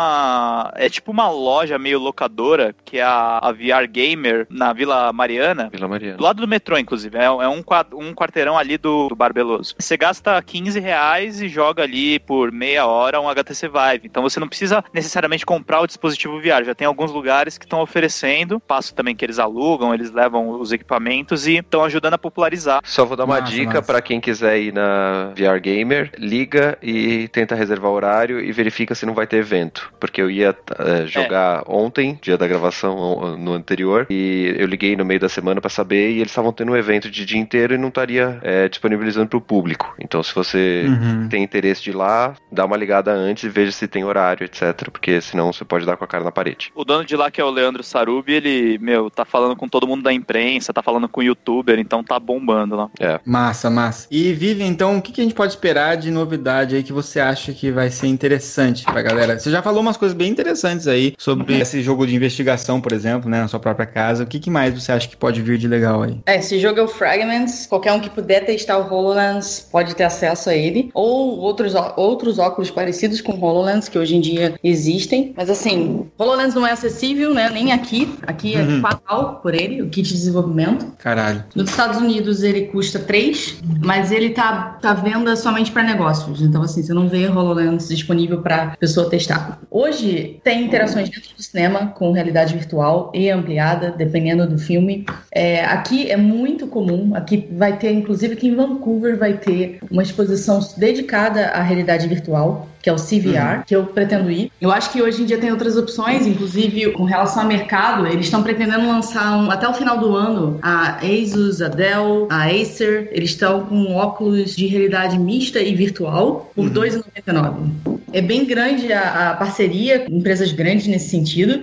é tipo uma loja meio locadora, que é a VR Gamer, na Vila Mariana. Vila Mariana. Do lado do metrô, inclusive. É um quarteirão ali do Bar Beloso. Você gasta R$15 e joga ali por meia hora um HTC Vive. Então você não precisa necessariamente comprar o dispositivo VR. Já tem alguns lugares que estão oferecendo. Passo também que eles alugam, eles levam os equipamentos e estão ajudando a popularizar. Só vou dar uma dica para quem quiser ir na VR Gamer, liga e tenta reservar o horário e verifica se não vai ter evento. Porque eu ia jogar ontem, dia da gravação no anterior, e eu liguei no meio da semana para saber e eles estavam tendo um evento de dia inteiro e não estaria disponibilizando para o público. Então se você tem interesse de ir lá, dá uma ligada antes e veja se tem horário, etc. Porque senão você pode dar com a cara na parede. O dono de lá, que é o Leandro Sarubi, ele, tá falando com todo mundo da imprensa, tá falando com o youtuber, então tá bombando lá. Massa. E Vivi, então, o que a gente pode esperar de novidade aí que você acha que vai ser interessante pra galera? Você já falou umas coisas bem interessantes aí sobre esse jogo de investigação, por exemplo, né, na sua própria casa. O que mais você acha que pode vir de legal aí? Esse jogo é o Fragments. Qualquer um que puder testar o HoloLens pode ter acesso a ele. Ou outros óculos parecidos com o HoloLens que hoje em dia existem. Mas assim, HoloLens não é acessível, né? Nem aqui. Aqui é fatal por ele, o kit de desenvolvimento. Caralho. Nos Estados Unidos ele custa 3, mas ele tá à venda somente para negócios. Então assim, você não vê HoloLens disponível para pessoa testar. Hoje tem interações dentro do cinema com realidade virtual e ampliada, dependendo do filme. Aqui é muito comum. Aqui vai ter, inclusive aqui em Vancouver, vai ter uma exposição dedicada à realidade virtual, que é o CVR, que eu pretendo ir. Eu acho que hoje em dia tem outras opções, inclusive com relação ao mercado, eles estão pretendendo lançar até o final do ano a Asus, a Dell, a Acer, eles estão com óculos de realidade mista e virtual por R$2,99. É bem grande a parceria com empresas grandes nesse sentido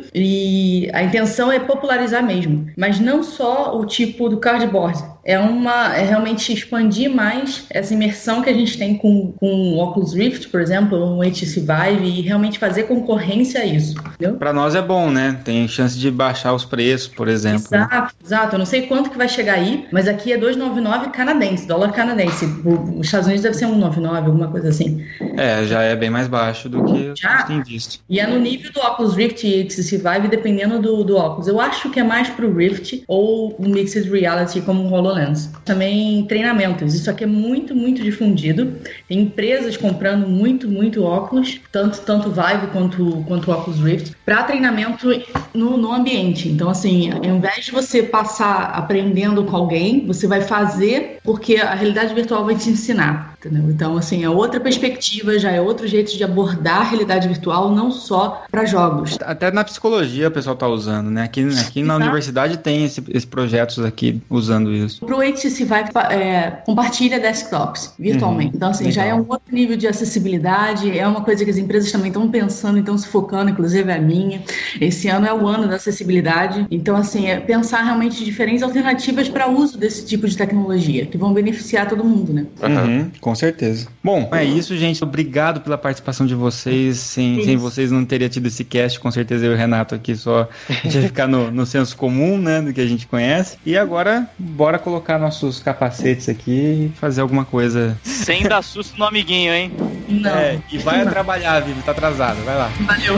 e a intenção é popularizar mesmo, mas não só o tipo do cardboard. É realmente expandir mais essa imersão que a gente tem com o Oculus Rift, por exemplo, o HTC Vive, e realmente fazer concorrência a isso, entendeu? Pra nós é bom, né? Tem chance de baixar os preços, por exemplo. Exato. Eu não sei quanto que vai chegar aí, mas aqui é R$2,99 canadense, dólar canadense. Os Estados Unidos deve ser R$1,99, alguma coisa assim. Já é bem mais baixo do que a gente tem visto. E é no nível do Oculus Rift e HTC Vive, dependendo do óculos. Eu acho que é mais pro Rift ou o Mixed Reality como o HoloLens. Também treinamentos. Isso aqui é muito, muito difundido. Tem empresas comprando muito, muito óculos, tanto Vive quanto o Oculus Rift, para treinamento no ambiente. Então, assim, ao invés de você passar aprendendo com alguém, você vai fazer porque a realidade virtual vai te ensinar. Entendeu? Então, assim, é outra perspectiva, já é outro jeito de abordar a realidade virtual, não só para jogos. Até na psicologia o pessoal tá usando, né? Aqui na universidade tem esses projetos aqui usando isso. Pro HTC Vive compartilha desktops virtualmente. Então, assim, já é um outro nível de acessibilidade, é uma coisa que as empresas também estão pensando, estão se focando, inclusive a minha. Esse ano é o ano da acessibilidade. Então, assim, é pensar realmente diferentes alternativas para uso desse tipo de tecnologia, que vão beneficiar todo mundo, né? Com certeza. Bom, é isso, gente. Obrigado pela participação de vocês. Sem vocês não teria tido esse cast. Com certeza eu e o Renato aqui só ia ficar no senso comum, né, do que a gente conhece. E agora, bora colocar nossos capacetes aqui e fazer alguma coisa. Sem dar susto no amiguinho, hein? Não. E vai trabalhar, Vivi. Tá atrasado. Vai lá. Valeu.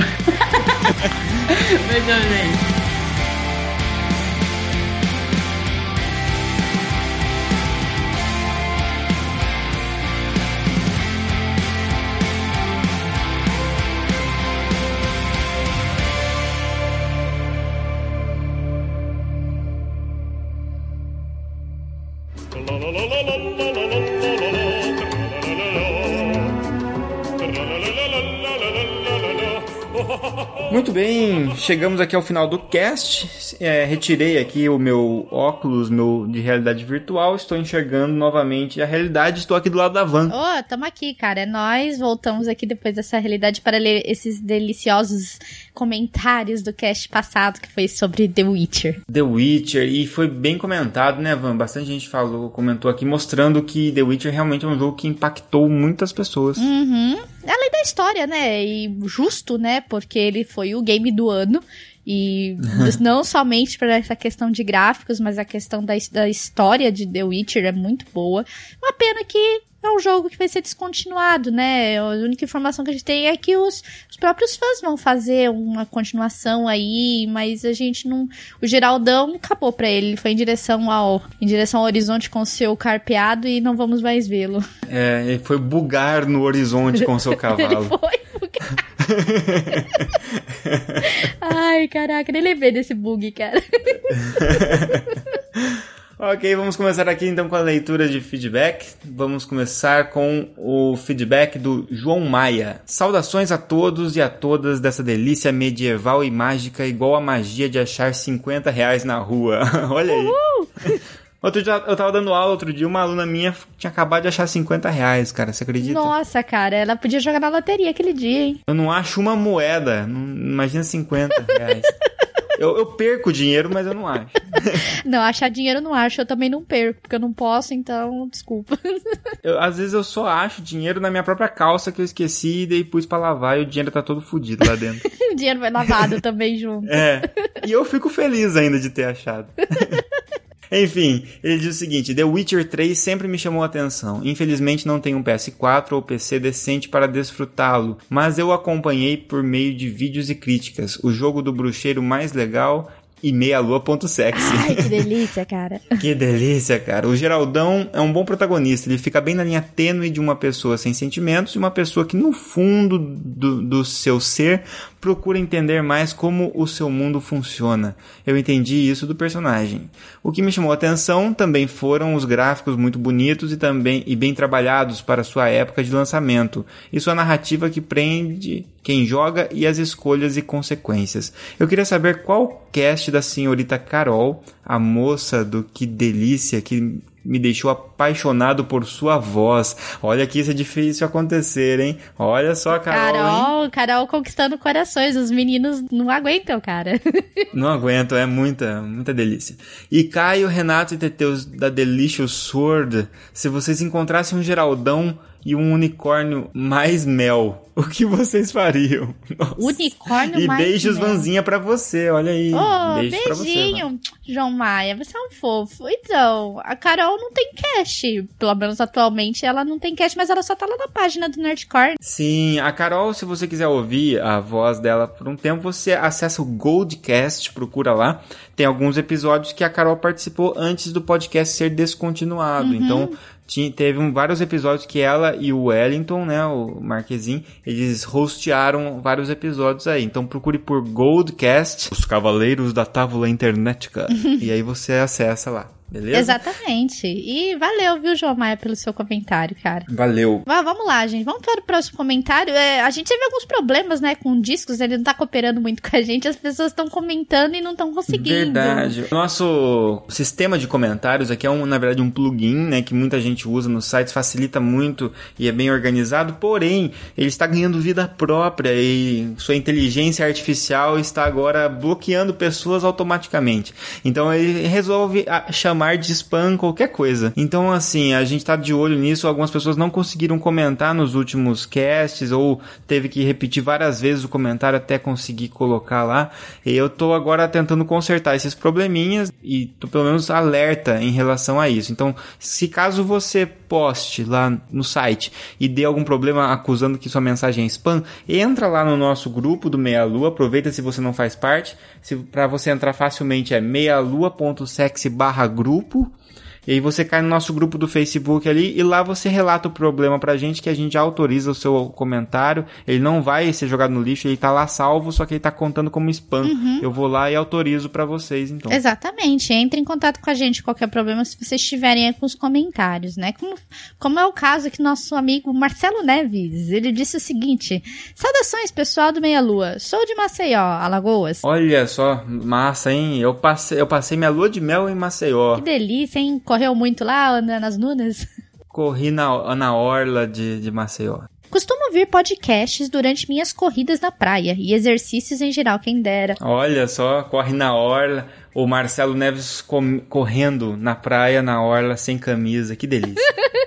Beijão, gente. Muito bem, chegamos aqui ao final do cast. Retirei aqui o meu óculos de realidade virtual. Estou enxergando novamente a realidade. Estou aqui do lado da Van. Tamo aqui, cara. Nós voltamos aqui depois dessa realidade para ler esses deliciosos comentários do cast passado, que foi sobre The Witcher. The Witcher, e foi bem comentado, né, Van? Bastante gente comentou aqui, mostrando que The Witcher realmente é um jogo que impactou muitas pessoas. Uhum. Além da história, né? E justo, né? Porque ele foi o game do ano. E não somente para essa questão de gráficos, mas a questão da história de The Witcher é muito boa. Uma pena que é um jogo que vai ser descontinuado, né? A única informação que a gente tem é que os próprios fãs vão fazer uma continuação aí, mas a gente não... O Geraldão acabou pra ele foi em direção ao horizonte com o seu carpeado e não vamos mais vê-lo. Ele foi bugar no horizonte com o seu cavalo. Ele foi bugar. Ai, caraca, nem lembrei desse bug, cara. Ok, vamos começar aqui então com a leitura de feedback. Vamos começar com o feedback do João Maia. Saudações a todos e a todas dessa delícia medieval e mágica, igual a magia de achar R$50 na rua. Olha aí. Outro dia, eu tava dando aula outro dia, uma aluna minha tinha acabado de achar R$50, cara, você acredita? Nossa, cara, ela podia jogar na loteria aquele dia, hein? Eu não acho uma moeda, imagina R$50. Eu perco dinheiro, mas eu não acho. Não, achar dinheiro eu não acho, eu também não perco, porque eu não posso, então, desculpa. Às vezes eu só acho dinheiro na minha própria calça que eu esqueci e daí pus pra lavar e o dinheiro tá todo fodido lá dentro. O dinheiro vai lavado também junto. E eu fico feliz ainda de ter achado. Enfim, ele diz o seguinte: The Witcher 3 sempre me chamou a atenção. Infelizmente não tenho um PS4 ou PC decente para desfrutá-lo, mas eu acompanhei por meio de vídeos e críticas. O jogo do bruxeiro mais legal e meialua.sexy. Ai, que delícia, cara. Que delícia, cara. O Geraldão é um bom protagonista. Ele fica bem na linha tênue de uma pessoa sem sentimentos e uma pessoa que no fundo do seu ser procura entender mais como o seu mundo funciona. Eu entendi isso do personagem. O que me chamou a atenção também foram os gráficos muito bonitos e bem trabalhados para sua época de lançamento, e sua narrativa que prende quem joga e as escolhas e consequências. Eu queria saber qual cast da senhorita Carol, a moça do Que Delícia, que me deixou apaixonado por sua voz. Olha que isso é difícil acontecer, hein? Olha só a Carol, Carol conquistando corações. Os meninos não aguentam, cara. Não aguentam, é muita delícia. E Caio, Renato e Teteus da Delicious Sword, se vocês encontrassem um Geraldão e um unicórnio mais mel, o que vocês fariam? Nossa. Unicórnio e mais beijos, mel. Vanzinha, pra você, olha aí. Beijo pra você, beijinho, João Maia, você é um fofo. Então, a Carol não tem cast, pelo menos atualmente ela não tem cast, mas ela só tá lá na página do Nerdcore. Sim, a Carol, se você quiser ouvir a voz dela por um tempo, você acessa o Goldcast, procura lá. Tem alguns episódios que a Carol participou antes do podcast ser descontinuado, então teve vários episódios que ela e o Wellington, né, o Marquezin, eles hostearam vários episódios aí. Então procure por Goldcast, os Cavaleiros da Távola Internetica, e aí você acessa lá. Beleza? Exatamente. E valeu, viu, João Maia, pelo seu comentário, cara. Valeu. Vamos lá, gente. Vamos para o próximo comentário. A gente teve alguns problemas, né, com discos. Ele não tá cooperando muito com a gente. As pessoas estão comentando e não estão conseguindo. Verdade. Nosso sistema de comentários aqui é, na verdade, um plugin, né, que muita gente usa nos sites. Facilita muito e é bem organizado. Porém, ele está ganhando vida própria e sua inteligência artificial está agora bloqueando pessoas automaticamente. Então, ele resolve chamar de spam qualquer coisa. Então, assim, a gente tá de olho nisso. Algumas pessoas não conseguiram comentar nos últimos casts ou teve que repetir várias vezes o comentário até conseguir colocar lá. E eu tô agora tentando consertar esses probleminhas e tô pelo menos alerta em relação a isso. Então, se caso você poste lá no site e dê algum problema acusando que sua mensagem é spam, entra lá no nosso grupo do Meia Lua. Aproveita se você não faz parte. Para você entrar facilmente é meialua.sexy/grupo. E aí você cai no nosso grupo do Facebook ali e lá você relata o problema pra gente, que a gente autoriza o seu comentário. Ele não vai ser jogado no lixo, ele tá lá salvo, só que ele tá contando como spam. Eu vou lá e autorizo pra vocês, então. Exatamente. Entre em contato com a gente, qualquer problema, se vocês tiverem aí com os comentários, né? Como é o caso aqui do nosso amigo Marcelo Neves. Ele disse o seguinte: saudações, pessoal do Meia Lua. Sou de Maceió, Alagoas. Olha só, massa, hein? Eu passei minha lua de mel em Maceió. Que delícia, hein? Correu muito lá, andando nas dunas? Corri na orla de Maceió. Costumo ouvir podcasts durante minhas corridas na praia e exercícios em geral, quem dera. Olha só, corre na orla. O Marcelo Neves correndo na praia, na orla, sem camisa. Que delícia.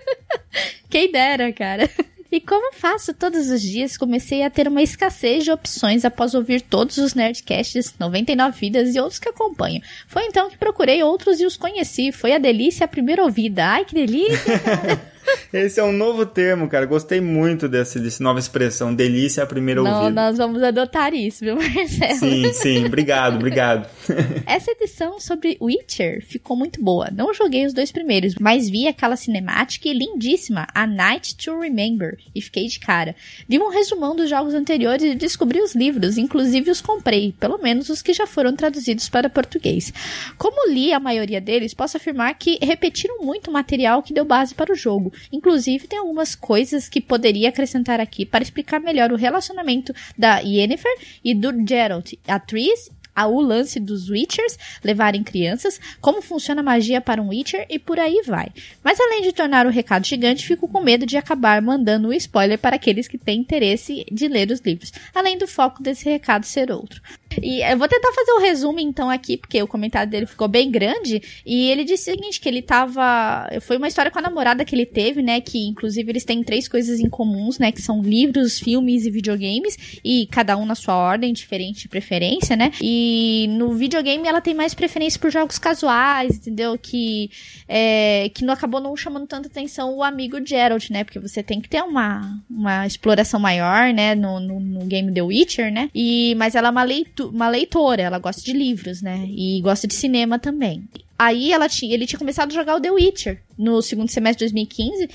Quem dera, cara. E como faço todos os dias, comecei a ter uma escassez de opções após ouvir todos os Nerdcasts, 99 Vidas e outros que acompanho. Foi então que procurei outros e os conheci. Foi a delícia a primeira ouvida. Ai, que delícia, cara. Esse é um novo termo, cara. Gostei muito dessa nova expressão. Delícia a primeira ouvida. Nós vamos adotar isso, viu, Marcelo? Sim. Obrigado. Essa edição sobre Witcher ficou muito boa. Não joguei os 2 primeiros, mas vi aquela cinemática lindíssima, A Night to Remember, e fiquei de cara. Vi um resumão dos jogos anteriores e descobri os livros, inclusive os comprei, pelo menos os que já foram traduzidos para português. Como li a maioria deles, posso afirmar que repetiram muito o material que deu base para o jogo. Inclusive, tem algumas coisas que poderia acrescentar aqui para explicar melhor o relacionamento da Yennefer e do Geralt, a Triss, o lance dos Witchers levarem crianças, como funciona a magia para um Witcher e por aí vai. Mas além de tornar o recado gigante, fico com medo de acabar mandando um spoiler para aqueles que têm interesse de ler os livros, além do foco desse recado ser outro. E eu vou tentar fazer um resumo então aqui, porque o comentário dele ficou bem grande, e ele disse o seguinte, que ele tava... Foi uma história com a namorada que ele teve, né, que inclusive eles têm 3 coisas em comuns, né, que são livros, filmes e videogames, e cada um na sua ordem, diferente de preferência, né, e no videogame ela tem mais preferência por jogos casuais, entendeu, que não acabou não chamando tanta atenção o amigo Geralt, né, porque você tem que ter uma exploração maior, né, no game The Witcher, né, mas ela é uma leitora, ela gosta de livros, né, e gosta de cinema também. Aí ele tinha começado a jogar o The Witcher no segundo semestre de 2015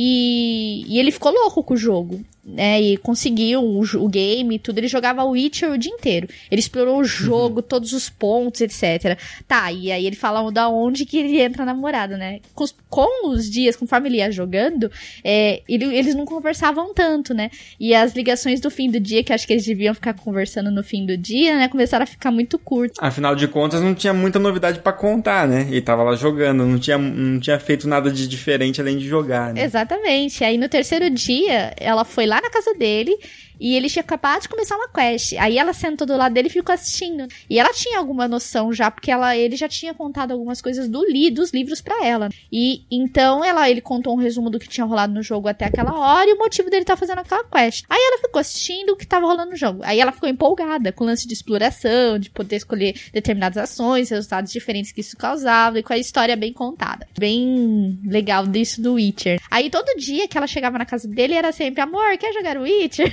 e ele ficou louco com o jogo, né, e conseguiu o game e tudo, ele jogava o Witcher o dia inteiro, ele explorou o jogo, todos os pontos, etc. Tá, e aí ele fala da onde que ele entra na namorada, né, com os dias, conforme ele ia jogando, eles não conversavam tanto, né, e as ligações do fim do dia, que acho que eles deviam ficar conversando no fim do dia, né, começaram a ficar muito curtas. Afinal de contas, não tinha muita novidade pra contar, né, ele tava lá jogando, não tinha feito nada de diferente além de jogar, né. Exatamente, aí no terceiro dia, ela foi lá na casa dele e ele tinha acabado de começar uma quest. Aí ela sentou do lado dele e ficou assistindo. E ela tinha alguma noção já, porque ele já tinha contado algumas coisas dos livros pra ela. E então ele contou um resumo do que tinha rolado no jogo até aquela hora e o motivo dele estar fazendo aquela quest. Aí ela ficou assistindo o que estava rolando no jogo. Aí ela ficou empolgada com o lance de exploração, de poder escolher determinadas ações, resultados diferentes que isso causava e com a história bem contada. Bem legal disso do Witcher. Aí todo dia que ela chegava na casa dele era sempre: amor, quer jogar o Witcher?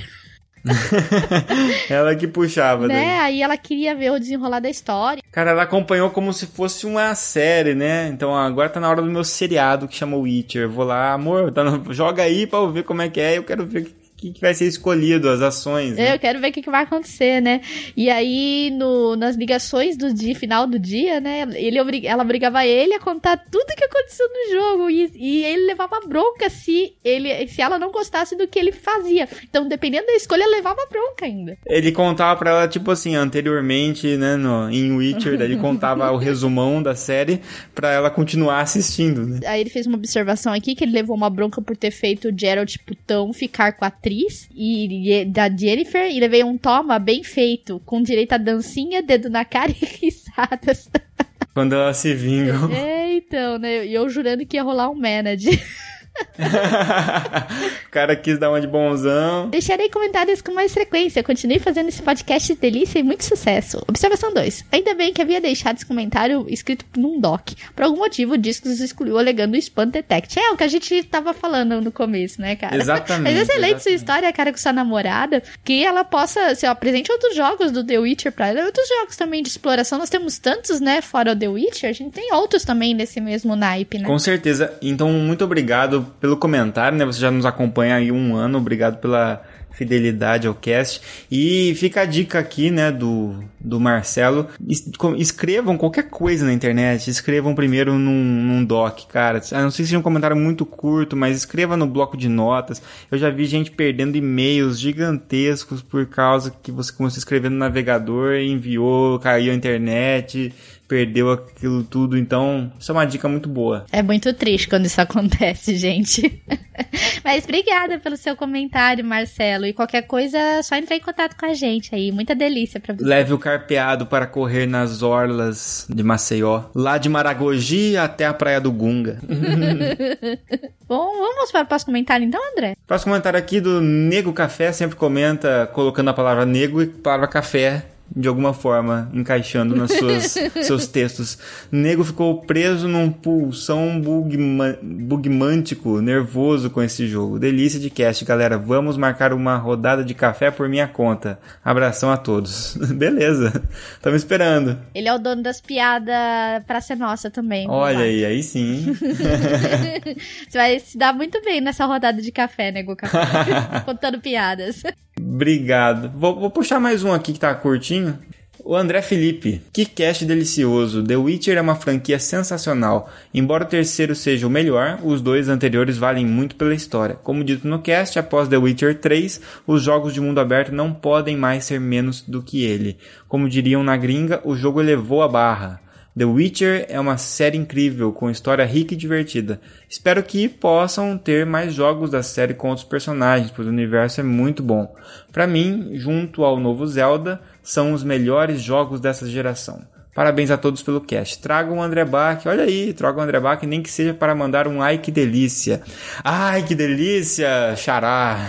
Ela que puxava, né? Daí. Aí ela queria ver o desenrolar da história. Cara, ela acompanhou como se fosse uma série, né? Então agora tá na hora do meu seriado que chama Witcher. Vou lá, amor, joga aí pra eu ver como é que é. Eu quero ver o que vai ser escolhido, as ações, né? Eu quero ver o que vai acontecer, né? E aí, nas ligações do final do dia, né? Ela obrigava ele a contar tudo que aconteceu no jogo. E ele levava bronca se ela não gostasse do que ele fazia. Então, dependendo da escolha, ele levava bronca ainda. Ele contava pra ela, tipo assim, anteriormente, né? Em Witcher, daí ele contava o resumão da série pra ela continuar assistindo, né? Aí ele fez uma observação aqui, que ele levou uma bronca por ter feito o Geralt putão ficar com a atriz e da Yennefer, e levei um toma bem feito, com direito a dancinha, dedo na cara e risadas. Quando ela se vinga. Então, né? E eu jurando que ia rolar um manage. O cara quis dar uma de bonzão. Deixarei comentários com mais frequência. Continue fazendo esse podcast de delícia e muito sucesso. Observação 2. Ainda bem que havia deixado esse comentário escrito num doc. Por algum motivo, o Discos excluiu alegando o Spam Detect. É o que a gente tava falando no começo, né, cara? Exatamente. Mas excelente sua história, cara, com sua namorada. Que ela possa, se apresente outros jogos do The Witcher pra ela. Outros jogos também de exploração. Nós temos tantos, né, fora o The Witcher. A gente tem outros também nesse mesmo naipe, né? Com certeza. Então, muito obrigado pelo comentário, né? Você já nos acompanha aí 1 ano. Obrigado pela fidelidade ao cast. E fica a dica aqui, né, do Marcelo. Escrevam qualquer coisa na internet. Escrevam primeiro num doc, cara. A não ser que seja um comentário muito curto, mas escreva no bloco de notas. Eu já vi gente perdendo e-mails gigantescos por causa que você começou a escrever no navegador, enviou, caiu a internet, perdeu aquilo tudo. Então, isso é uma dica muito boa. É muito triste quando isso acontece, gente. Mas obrigada pelo seu comentário, Marcelo. E qualquer coisa, é só entrar em contato com a gente aí. Muita delícia pra você. Leve o carpeado para correr nas orlas de Maceió. Lá de Maragogi até a Praia do Gunga. Bom, vamos para o próximo comentário então, André? Próximo comentário aqui do Nego Café. Sempre comenta colocando a palavra nego e a palavra café de alguma forma, encaixando nos seus textos. Nego ficou preso num pulsão bugmântico, nervoso com esse jogo. Delícia de cast, galera. Vamos marcar uma rodada de café por minha conta. Abração a todos. Beleza. Estamos esperando. Ele é o dono das piadas pra ser nossa também. Olha aí sim. Você vai se dar muito bem nessa rodada de café, Nego Café. Contando piadas. Obrigado. Vou puxar mais um aqui que tá curtinho. O André Felipe. Que cast delicioso. The Witcher é uma franquia sensacional. Embora o terceiro seja o melhor, os 2 anteriores valem muito pela história. Como dito no cast, após The Witcher 3, os jogos de mundo aberto não podem mais ser menos do que ele. Como diriam na gringa, o jogo elevou a barra. The Witcher é uma série incrível, com história rica e divertida. Espero que possam ter mais jogos da série com outros personagens, pois o universo é muito bom. Para mim, junto ao novo Zelda, são os melhores jogos dessa geração. Parabéns a todos pelo cast. Tragam o André Bach, olha aí, traga o André Bach, nem que seja para mandar um ai que delícia. Ai que delícia, xará.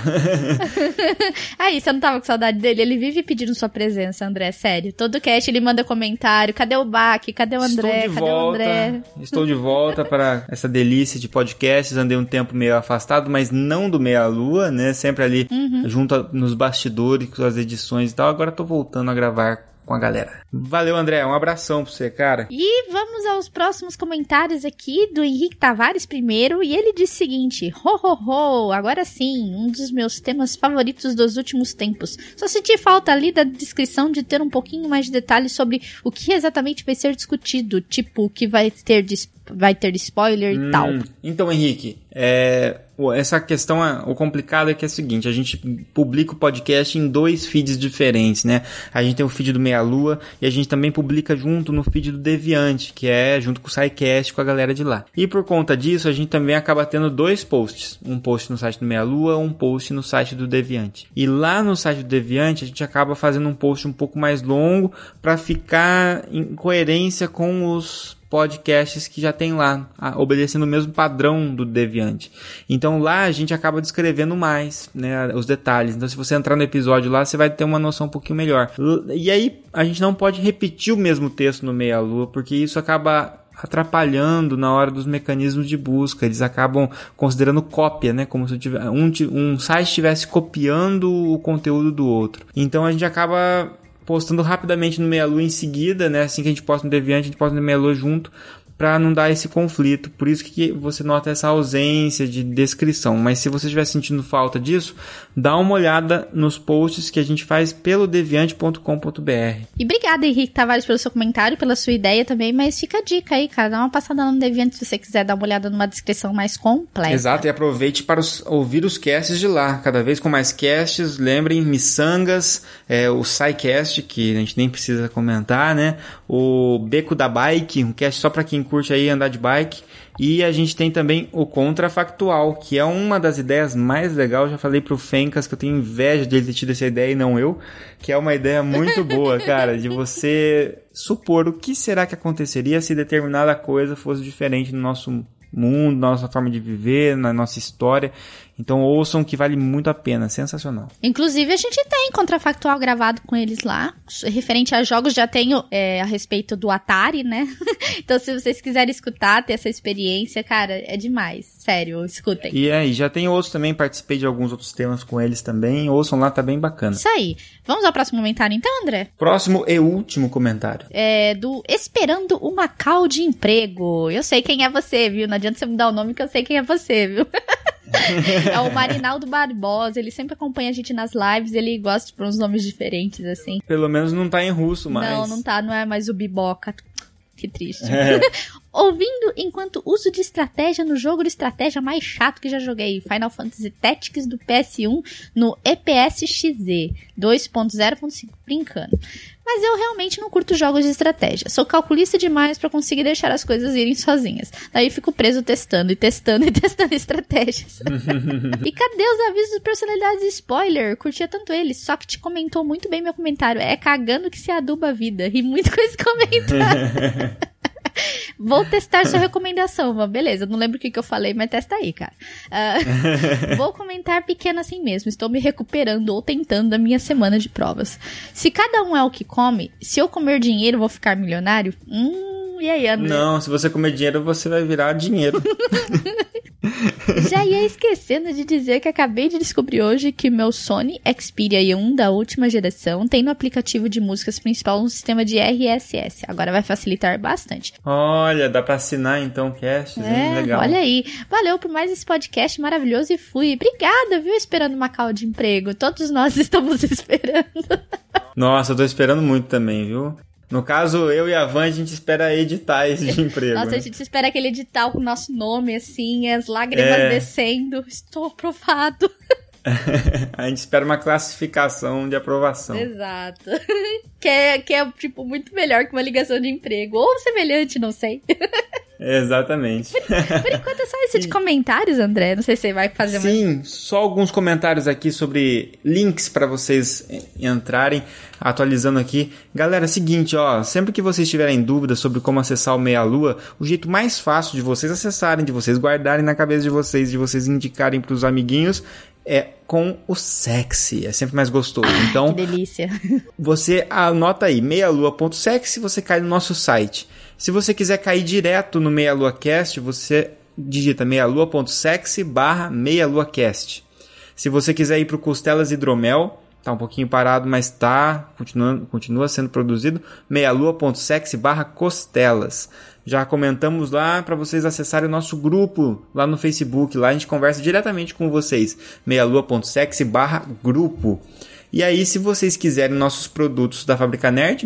Aí, você não tava com saudade dele? Ele vive pedindo sua presença, André, sério. Todo cast ele manda comentário, cadê o Bach, cadê o André, o André? Estou de volta para essa delícia de podcasts. Andei um tempo meio afastado, mas não do Meia Lua, né? Sempre ali junto nos bastidores, com as edições e tal. Agora tô voltando a gravar com a galera. Valeu, André. Um abração pra você, cara. E vamos aos próximos comentários aqui do Henrique Tavares primeiro. E ele diz o seguinte: agora sim, um dos meus temas favoritos dos últimos tempos. Só senti falta ali da descrição de ter um pouquinho mais de detalhes sobre o que exatamente vai ser discutido. Tipo, o que vai ter spoiler e tal. Então, Henrique, essa questão, o complicado é que é o seguinte: a gente publica o podcast em 2 feeds diferentes, né? A gente tem o feed do Meia Lua e a gente também publica junto no feed do Deviante, que é junto com o SciCast, com a galera de lá. E por conta disso, a gente também acaba tendo 2 posts. Um post no site do Meia Lua, um post no site do Deviante. E lá no site do Deviante, a gente acaba fazendo um post um pouco mais longo para ficar em coerência com os podcasts que já tem lá, obedecendo o mesmo padrão do Deviante. Então lá a gente acaba descrevendo mais, né, os detalhes. Então se você entrar no episódio lá, você vai ter uma noção um pouquinho melhor. E aí a gente não pode repetir o mesmo texto no Meia Lua, porque isso acaba atrapalhando na hora dos mecanismos de busca. Eles acabam considerando cópia, né, como se um site estivesse copiando o conteúdo do outro. Então a gente acaba postando rapidamente no Meia Lua em seguida, né? Assim que a gente posta no Deviante, a gente posta no Meia Lua junto, para não dar esse conflito. Por isso que você nota essa ausência de descrição. Mas se você estiver sentindo falta disso, dá uma olhada nos posts que a gente faz pelo deviante.com.br. E obrigada, Henrique Tavares, pelo seu comentário, pela sua ideia também, mas fica a dica aí, cara, dá uma passada lá no Deviante se você quiser dar uma olhada numa descrição mais completa. Exato, e aproveite para ouvir os casts de lá, cada vez com mais casts. Lembrem, Missangas, o SciCast, que a gente nem precisa comentar, né? O Beco da Bike, um cast só para quem curte aí andar de bike. E a gente tem também o Contrafactual, que é uma das ideias mais legais. Já falei pro Fencas que eu tenho inveja de ele ter tido essa ideia e não eu, que é uma ideia muito boa, cara, de você supor o que será que aconteceria se determinada coisa fosse diferente no nosso mundo, na nossa forma de viver, na nossa história. Então ouçam, que vale muito a pena, sensacional. Inclusive a gente tem Contrafactual gravado com eles lá, referente a jogos, já tenho a respeito do Atari, né? Então se vocês quiserem escutar, ter essa experiência, cara, é demais, sério, escutem. E já tem outros também, participei de alguns outros temas com eles também, ouçam lá, tá bem bacana. Isso aí. Vamos ao próximo comentário então, André? Próximo e último comentário. É do Esperando uma Call de Emprego. Eu sei quem é você, viu? Não adianta você mudar o nome que eu sei quem é você, viu? É o Marinaldo Barbosa, ele sempre acompanha a gente nas lives, ele gosta de uns nomes diferentes, assim. Pelo menos não tá em russo mais. Não tá, não é mais o Biboca. Que triste. Ouvindo enquanto uso de estratégia no jogo de estratégia mais chato que já joguei, Final Fantasy Tactics do PS1 no EPS-XZ 2.0.5, brincando. Mas eu realmente não curto jogos de estratégia. Sou calculista demais pra conseguir deixar as coisas irem sozinhas. Daí fico preso testando estratégias. E cadê os avisos de personalidades de spoiler? Curtia tanto eles. Só que te comentou muito bem meu comentário. É cagando que se aduba a vida. Ri muito com esse comentário. Vou testar sua recomendação, beleza, não lembro o que eu falei, mas testa aí, cara. Vou comentar pequeno assim mesmo, estou me recuperando ou tentando da minha semana de provas. Se cada um é o que come, se eu comer dinheiro vou ficar milionário? E aí, André? Não, se você comer dinheiro você vai virar dinheiro. Já ia esquecendo de dizer que acabei de descobrir hoje que meu Sony Xperia 1 da última geração tem no aplicativo de músicas principal um sistema de RSS. Agora vai facilitar bastante. Olha, dá pra assinar então o cast, legal. Olha aí. Valeu por mais esse podcast maravilhoso e fui. Obrigada, viu? Esperando uma call de emprego. Todos nós estamos esperando. Nossa, eu tô esperando muito também, viu? No caso, eu e a Van, a gente espera editais de emprego. Nossa, a gente espera aquele edital com o nosso nome, assim, as lágrimas descendo. Estou aprovado. A gente espera uma classificação de aprovação. Exato. Que é, tipo, muito melhor que uma ligação de emprego. Ou semelhante, não sei. Exatamente. Por enquanto é só isso de comentários, André. Não sei se você vai fazer mais. Sim, só alguns comentários aqui sobre links para vocês entrarem, atualizando aqui. Galera, é o seguinte, ó, sempre que vocês tiverem dúvidas sobre como acessar o Meia Lua, o jeito mais fácil de vocês acessarem, de vocês guardarem na cabeça de vocês indicarem pros amiguinhos, é com o sexy, é sempre mais gostoso. Então, que delícia. Você anota aí, meialua.sexy, você cai no nosso site. Se você quiser cair direto no Meia Lua Cast, você digita meialua.sexy/meialuacast. Se você quiser ir para o Costelas Hidromel, tá um pouquinho parado, mas continua sendo produzido, meialua.sexy/costelas. Já comentamos lá para vocês acessarem o nosso grupo lá no Facebook. Lá a gente conversa diretamente com vocês. meialua.sexy/grupo. E aí, se vocês quiserem nossos produtos da Fábrica Nerd,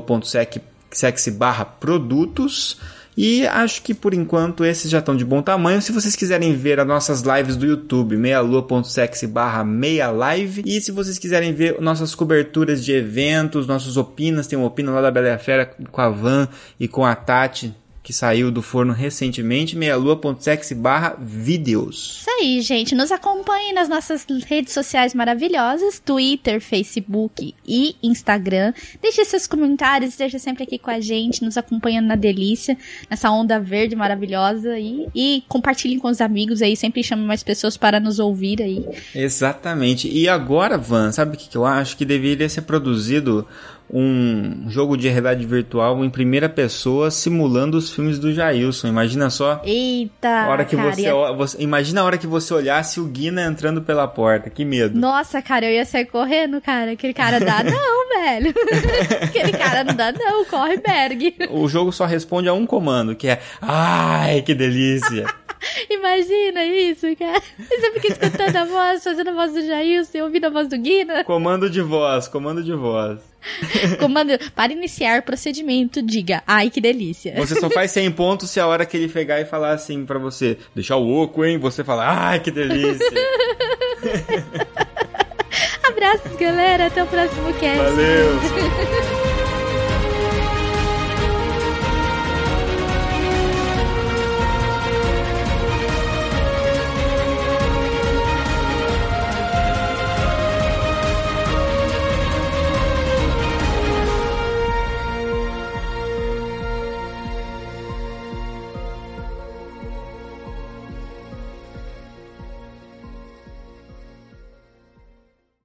meialua.sexy/produtos. E acho que por enquanto esses já estão de bom tamanho. Se vocês quiserem ver as nossas lives do YouTube, meialua.sexy/meialive. E se vocês quiserem ver nossas coberturas de eventos, nossos opinas, tem um opina lá da Bela e a Fera com a Van e com a Tati, que saiu do forno recentemente, meialua.sexy/vídeos. Isso aí, gente. Nos acompanhem nas nossas redes sociais maravilhosas, Twitter, Facebook e Instagram. Deixe seus comentários, esteja sempre aqui com a gente, nos acompanhando na delícia, nessa onda verde maravilhosa. E compartilhem com os amigos aí, sempre chamem mais pessoas para nos ouvir aí. Exatamente. E agora, Van, sabe o que eu acho? Que deveria ser produzido um jogo de realidade virtual em primeira pessoa simulando os filmes do Jailson. Imagina só. Eita, imagina a hora que você olhasse o Guina entrando pela porta. Que medo. Nossa, cara, eu ia sair correndo, cara. Aquele cara dá não, velho. Aquele cara não dá não, corre, Berg. O jogo só responde a um comando, que é ai, que delícia. Imagina isso, cara. Você fica escutando a voz, fazendo a voz do Jailson e ouvindo a voz do Guina. Comando de voz. Comando, para iniciar procedimento, diga, ai, que delícia. Você só faz 100 pontos se a hora que ele pegar e falar assim pra você, deixar o oco, hein? Você fala, ai, que delícia. Abraços, galera. Até o próximo cast. Valeu.